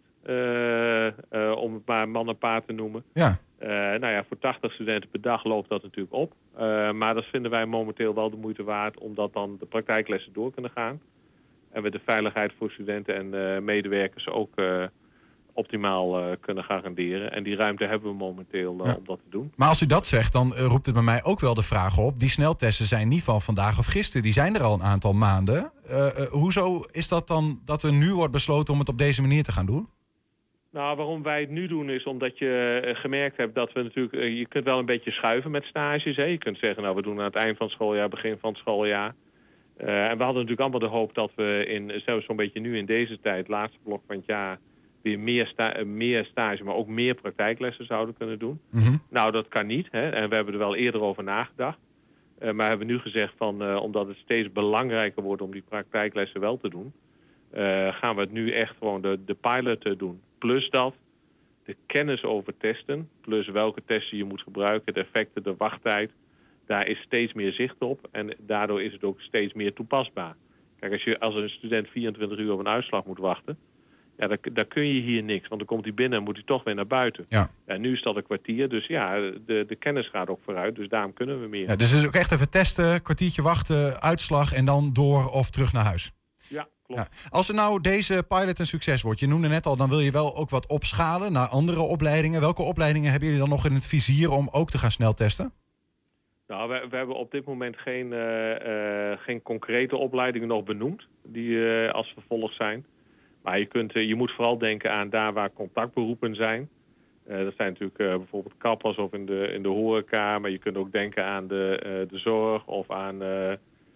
Uh, uh, om het maar man en paard te noemen. Ja. Uh, nou ja, voor tachtig studenten per dag loopt dat natuurlijk op. Uh, maar dat vinden wij momenteel wel de moeite waard, omdat dan de praktijklessen door kunnen gaan. En we de veiligheid voor studenten en uh, medewerkers ook uh, optimaal uh, kunnen garanderen. En die ruimte hebben we momenteel uh, Ja. om dat te doen. Maar als u dat zegt, dan uh, roept het bij mij ook wel de vraag op. Die sneltesten zijn niet van vandaag of gisteren. Die zijn er al een aantal maanden. Uh, uh, hoezo is dat dan dat er nu wordt besloten om het op deze manier te gaan doen? Nou, waarom wij het nu doen is omdat je uh, gemerkt hebt dat we natuurlijk... Uh, je kunt wel een beetje schuiven met stages. Hè? Je kunt zeggen, nou, we doen aan het eind van het schooljaar, begin van het schooljaar. Uh, en we hadden natuurlijk allemaal de hoop dat we in, zelfs zo'n beetje nu in deze tijd, laatste blok van het jaar, weer meer, sta uh, meer stage, maar ook meer praktijklessen zouden kunnen doen. Mm-hmm. Nou, dat kan niet. Hè? En we hebben er wel eerder over nagedacht. Uh, maar hebben nu gezegd van, uh, omdat het steeds belangrijker wordt om die praktijklessen wel te doen, uh, gaan we het nu echt gewoon de, de pilot uh, doen. Plus dat, de kennis over testen, plus welke testen je moet gebruiken, de effecten, de wachttijd, daar is steeds meer zicht op en daardoor is het ook steeds meer toepasbaar. Kijk, als je als een student vierentwintig uur op een uitslag moet wachten, ja, daar, daar kun je hier niks, want dan komt hij binnen en moet hij toch weer naar buiten. Ja. En nu is dat een kwartier, dus ja, de, de kennis gaat ook vooruit, dus daarom kunnen we meer. Ja, dus het is ook echt even testen, kwartiertje wachten, uitslag en dan door of terug naar huis. Ja, klopt. Ja. Als er nou deze pilot een succes wordt, je noemde net al, dan wil je wel ook wat opschalen naar andere opleidingen. Welke opleidingen hebben jullie dan nog in het vizier om ook te gaan sneltesten? Nou, we, we hebben op dit moment geen, uh, uh, geen concrete opleidingen nog benoemd die uh, als vervolg zijn. Maar je, kunt, uh, je moet vooral denken aan daar waar contactberoepen zijn. Uh, dat zijn natuurlijk uh, bijvoorbeeld kappers of in de, in de horeca. Maar je kunt ook denken aan de, uh, de zorg of aan uh,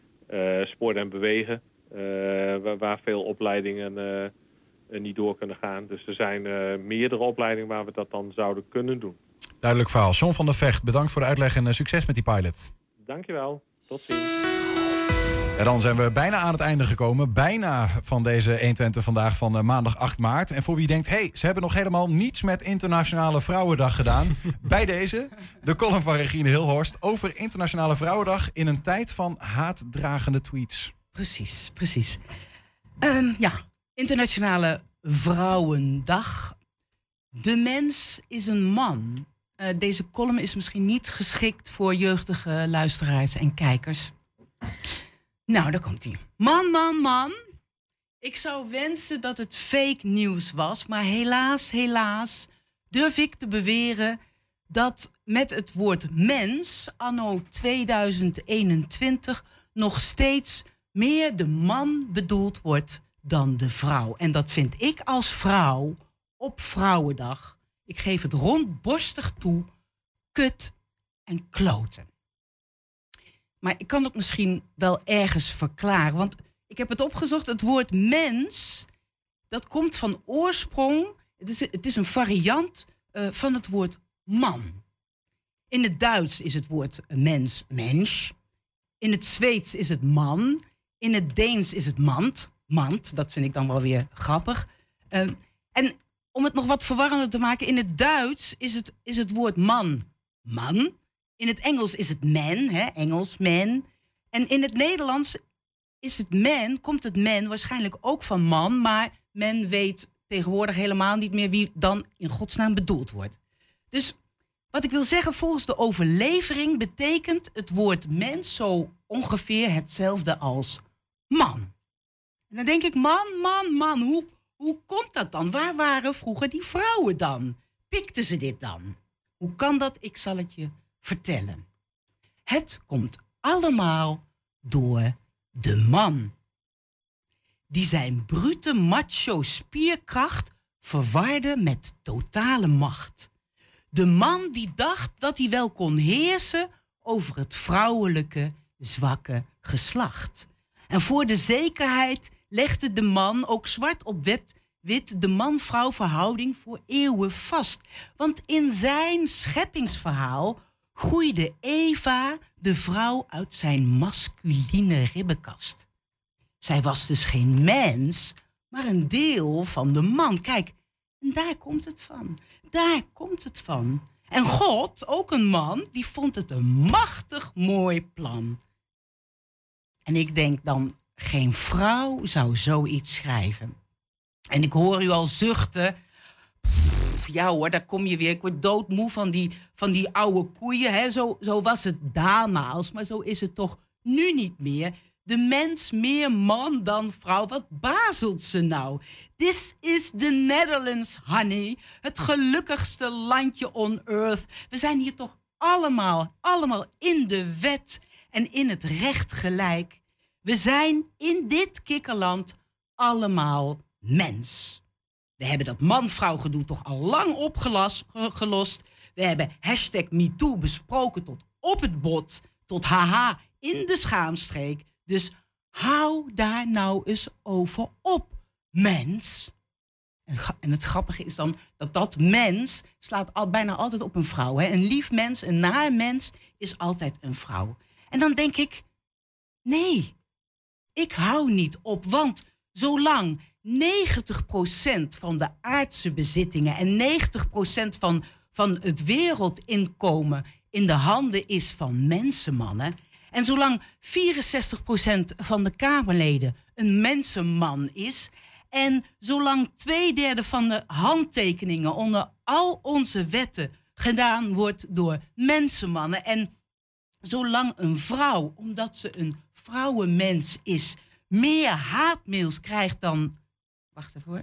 uh, sport en bewegen. Uh, waar, waar veel opleidingen uh, uh, niet door kunnen gaan. Dus er zijn uh, meerdere opleidingen waar we dat dan zouden kunnen doen. Duidelijk verhaal. John van der Vecht, bedankt voor de uitleg en uh, succes met die pilot. Dankjewel. Tot ziens. En dan zijn we bijna aan het einde gekomen. Bijna van deze honderdtwintig vandaag van uh, maandag acht maart. En voor wie denkt, hé, hey, ze hebben nog helemaal niets met Internationale Vrouwendag gedaan. Bij deze, de column van Regine Hilhorst over Internationale Vrouwendag in een tijd van haatdragende tweets. Precies, precies. Um, ja, Internationale Vrouwendag. De mens is een man. Uh, deze column is misschien niet geschikt voor jeugdige luisteraars en kijkers. Nou, daar komt hij. Man, man, man. Ik zou wensen dat het fake nieuws was, maar helaas, helaas durf ik te beweren dat met het woord mens anno tweeduizend eenentwintig nog steeds meer de man bedoeld wordt dan de vrouw. En dat vind ik als vrouw op Vrouwendag, ik geef het rondborstig toe, kut en kloten. Maar ik kan het misschien wel ergens verklaren, want ik heb het opgezocht. Het woord mens, dat komt van oorsprong, het is, het is een variant uh, van het woord man. In het Duits is het woord mens, mensch. In het Zweeds is het man. In het Deens is het mand. Mand, dat vind ik dan wel weer grappig. Uh, en om het nog wat verwarrender te maken, in het Duits is het, is het woord man, man. In het Engels is het man, hè, Engels, man. En in het Nederlands is het man, komt het man waarschijnlijk ook van man, maar men weet tegenwoordig helemaal niet meer wie dan in godsnaam bedoeld wordt. Dus wat ik wil zeggen, volgens de overlevering betekent het woord mens zo ongeveer hetzelfde als man. En dan denk ik, man, man, man, hoe, hoe komt dat dan? Waar waren vroeger die vrouwen dan? Pikten ze dit dan? Hoe kan dat? Ik zal het je vertellen. Het komt allemaal door de man. Die zijn brute macho spierkracht verwarde met totale macht. De man die dacht dat hij wel kon heersen over het vrouwelijke, zwakke geslacht. En voor de zekerheid legde de man ook zwart op wit, wit de man-vrouw verhouding voor eeuwen vast. Want in zijn scheppingsverhaal groeide Eva, de vrouw, uit zijn masculine ribbenkast. Zij was dus geen mens, maar een deel van de man. Kijk, en daar komt het van. Daar komt het van. En God, ook een man, die vond het een machtig mooi plan. En ik denk dan, geen vrouw zou zoiets schrijven. En ik hoor u al zuchten. Pff, ja hoor, daar kom je weer. Ik word doodmoe van die, van die oude koeien. Hè? Zo, zo was het damaals, maar zo is het toch nu niet meer. De mens meer man dan vrouw. Wat bazelt ze nou? This is the Netherlands, honey. Het gelukkigste landje on earth. We zijn hier toch allemaal, allemaal in de wet en in het recht gelijk. We zijn in dit kikkerland allemaal mens. We hebben dat man-vrouw gedoe toch al lang opgelost. We hebben hashtag MeToo besproken tot op het bot. Tot haha in de schaamstreek. Dus hou daar nou eens over op, mens. En het grappige is dan dat dat mens slaat al, bijna altijd op een vrouw. Hè? Een lief mens, een naar mens is altijd een vrouw. En dan denk ik, nee, ik hou niet op. Want zolang negentig procent van de aardse bezittingen en negentig procent van, van het wereldinkomen in de handen is van mensenmannen. En zolang vierenzestig procent van de Kamerleden een mensenman is. En zolang twee derde van de handtekeningen onder al onze wetten gedaan wordt door mensenmannen. En zolang een vrouw, omdat ze een vrouwenmens is, meer haatmails krijgt dan... Wacht even hoor.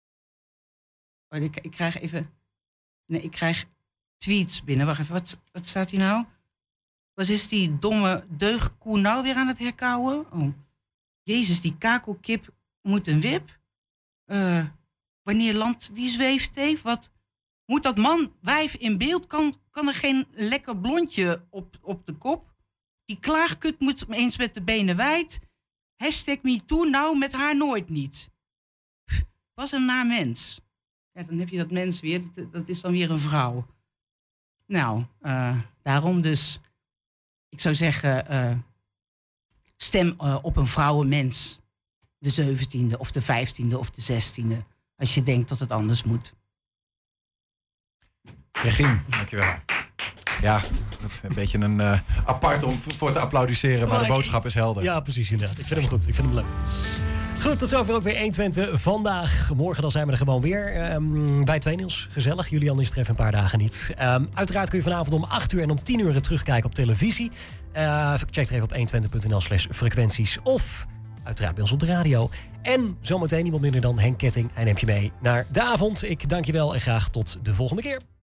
Oh, ik, ik krijg even... Nee, ik krijg tweets binnen. Wacht even, wat, wat staat hier nou? Wat is die domme deugdkoe nou weer aan het herkauwen? Oh. Jezus, die kakelkip moet een wip. Uh, wanneer land die zweeft heeft, wat moet dat man, wijf in beeld? Kan, kan er geen lekker blondje op, op de kop? Die klaagkut moet eens met de benen wijd. Hashtag MeToo, nou met haar nooit niet. Pff, was een naar mens. Ja, dan heb je dat mens weer, dat, dat is dan weer een vrouw. Nou, uh, daarom dus... Ik zou zeggen, uh, stem uh, op een vrouwenmens. De zeventiende of de vijftiende of de zestiende. Als je denkt dat het anders moet. Regine, dankjewel. Ja, een beetje een uh, apart om voor te applaudisseren, maar de boodschap is helder. Ja, precies inderdaad. Ik vind hem goed, ik vind hem leuk. Goed, tot zover ook weer honderdtwintig vandaag. Morgen dan zijn we er gewoon weer. Um, bij Twee Nieuws. Gezellig. Julian is er even een paar dagen niet. Um, uiteraard kun je vanavond om acht uur en om tien uur terugkijken op televisie. Uh, check er even op honderdtwintig punt n l slash frequenties. Of uiteraard bij ons op de radio. En zometeen niemand minder dan Henk Ketting. Hij neemt je mee naar de avond. Ik dank je wel en graag tot de volgende keer.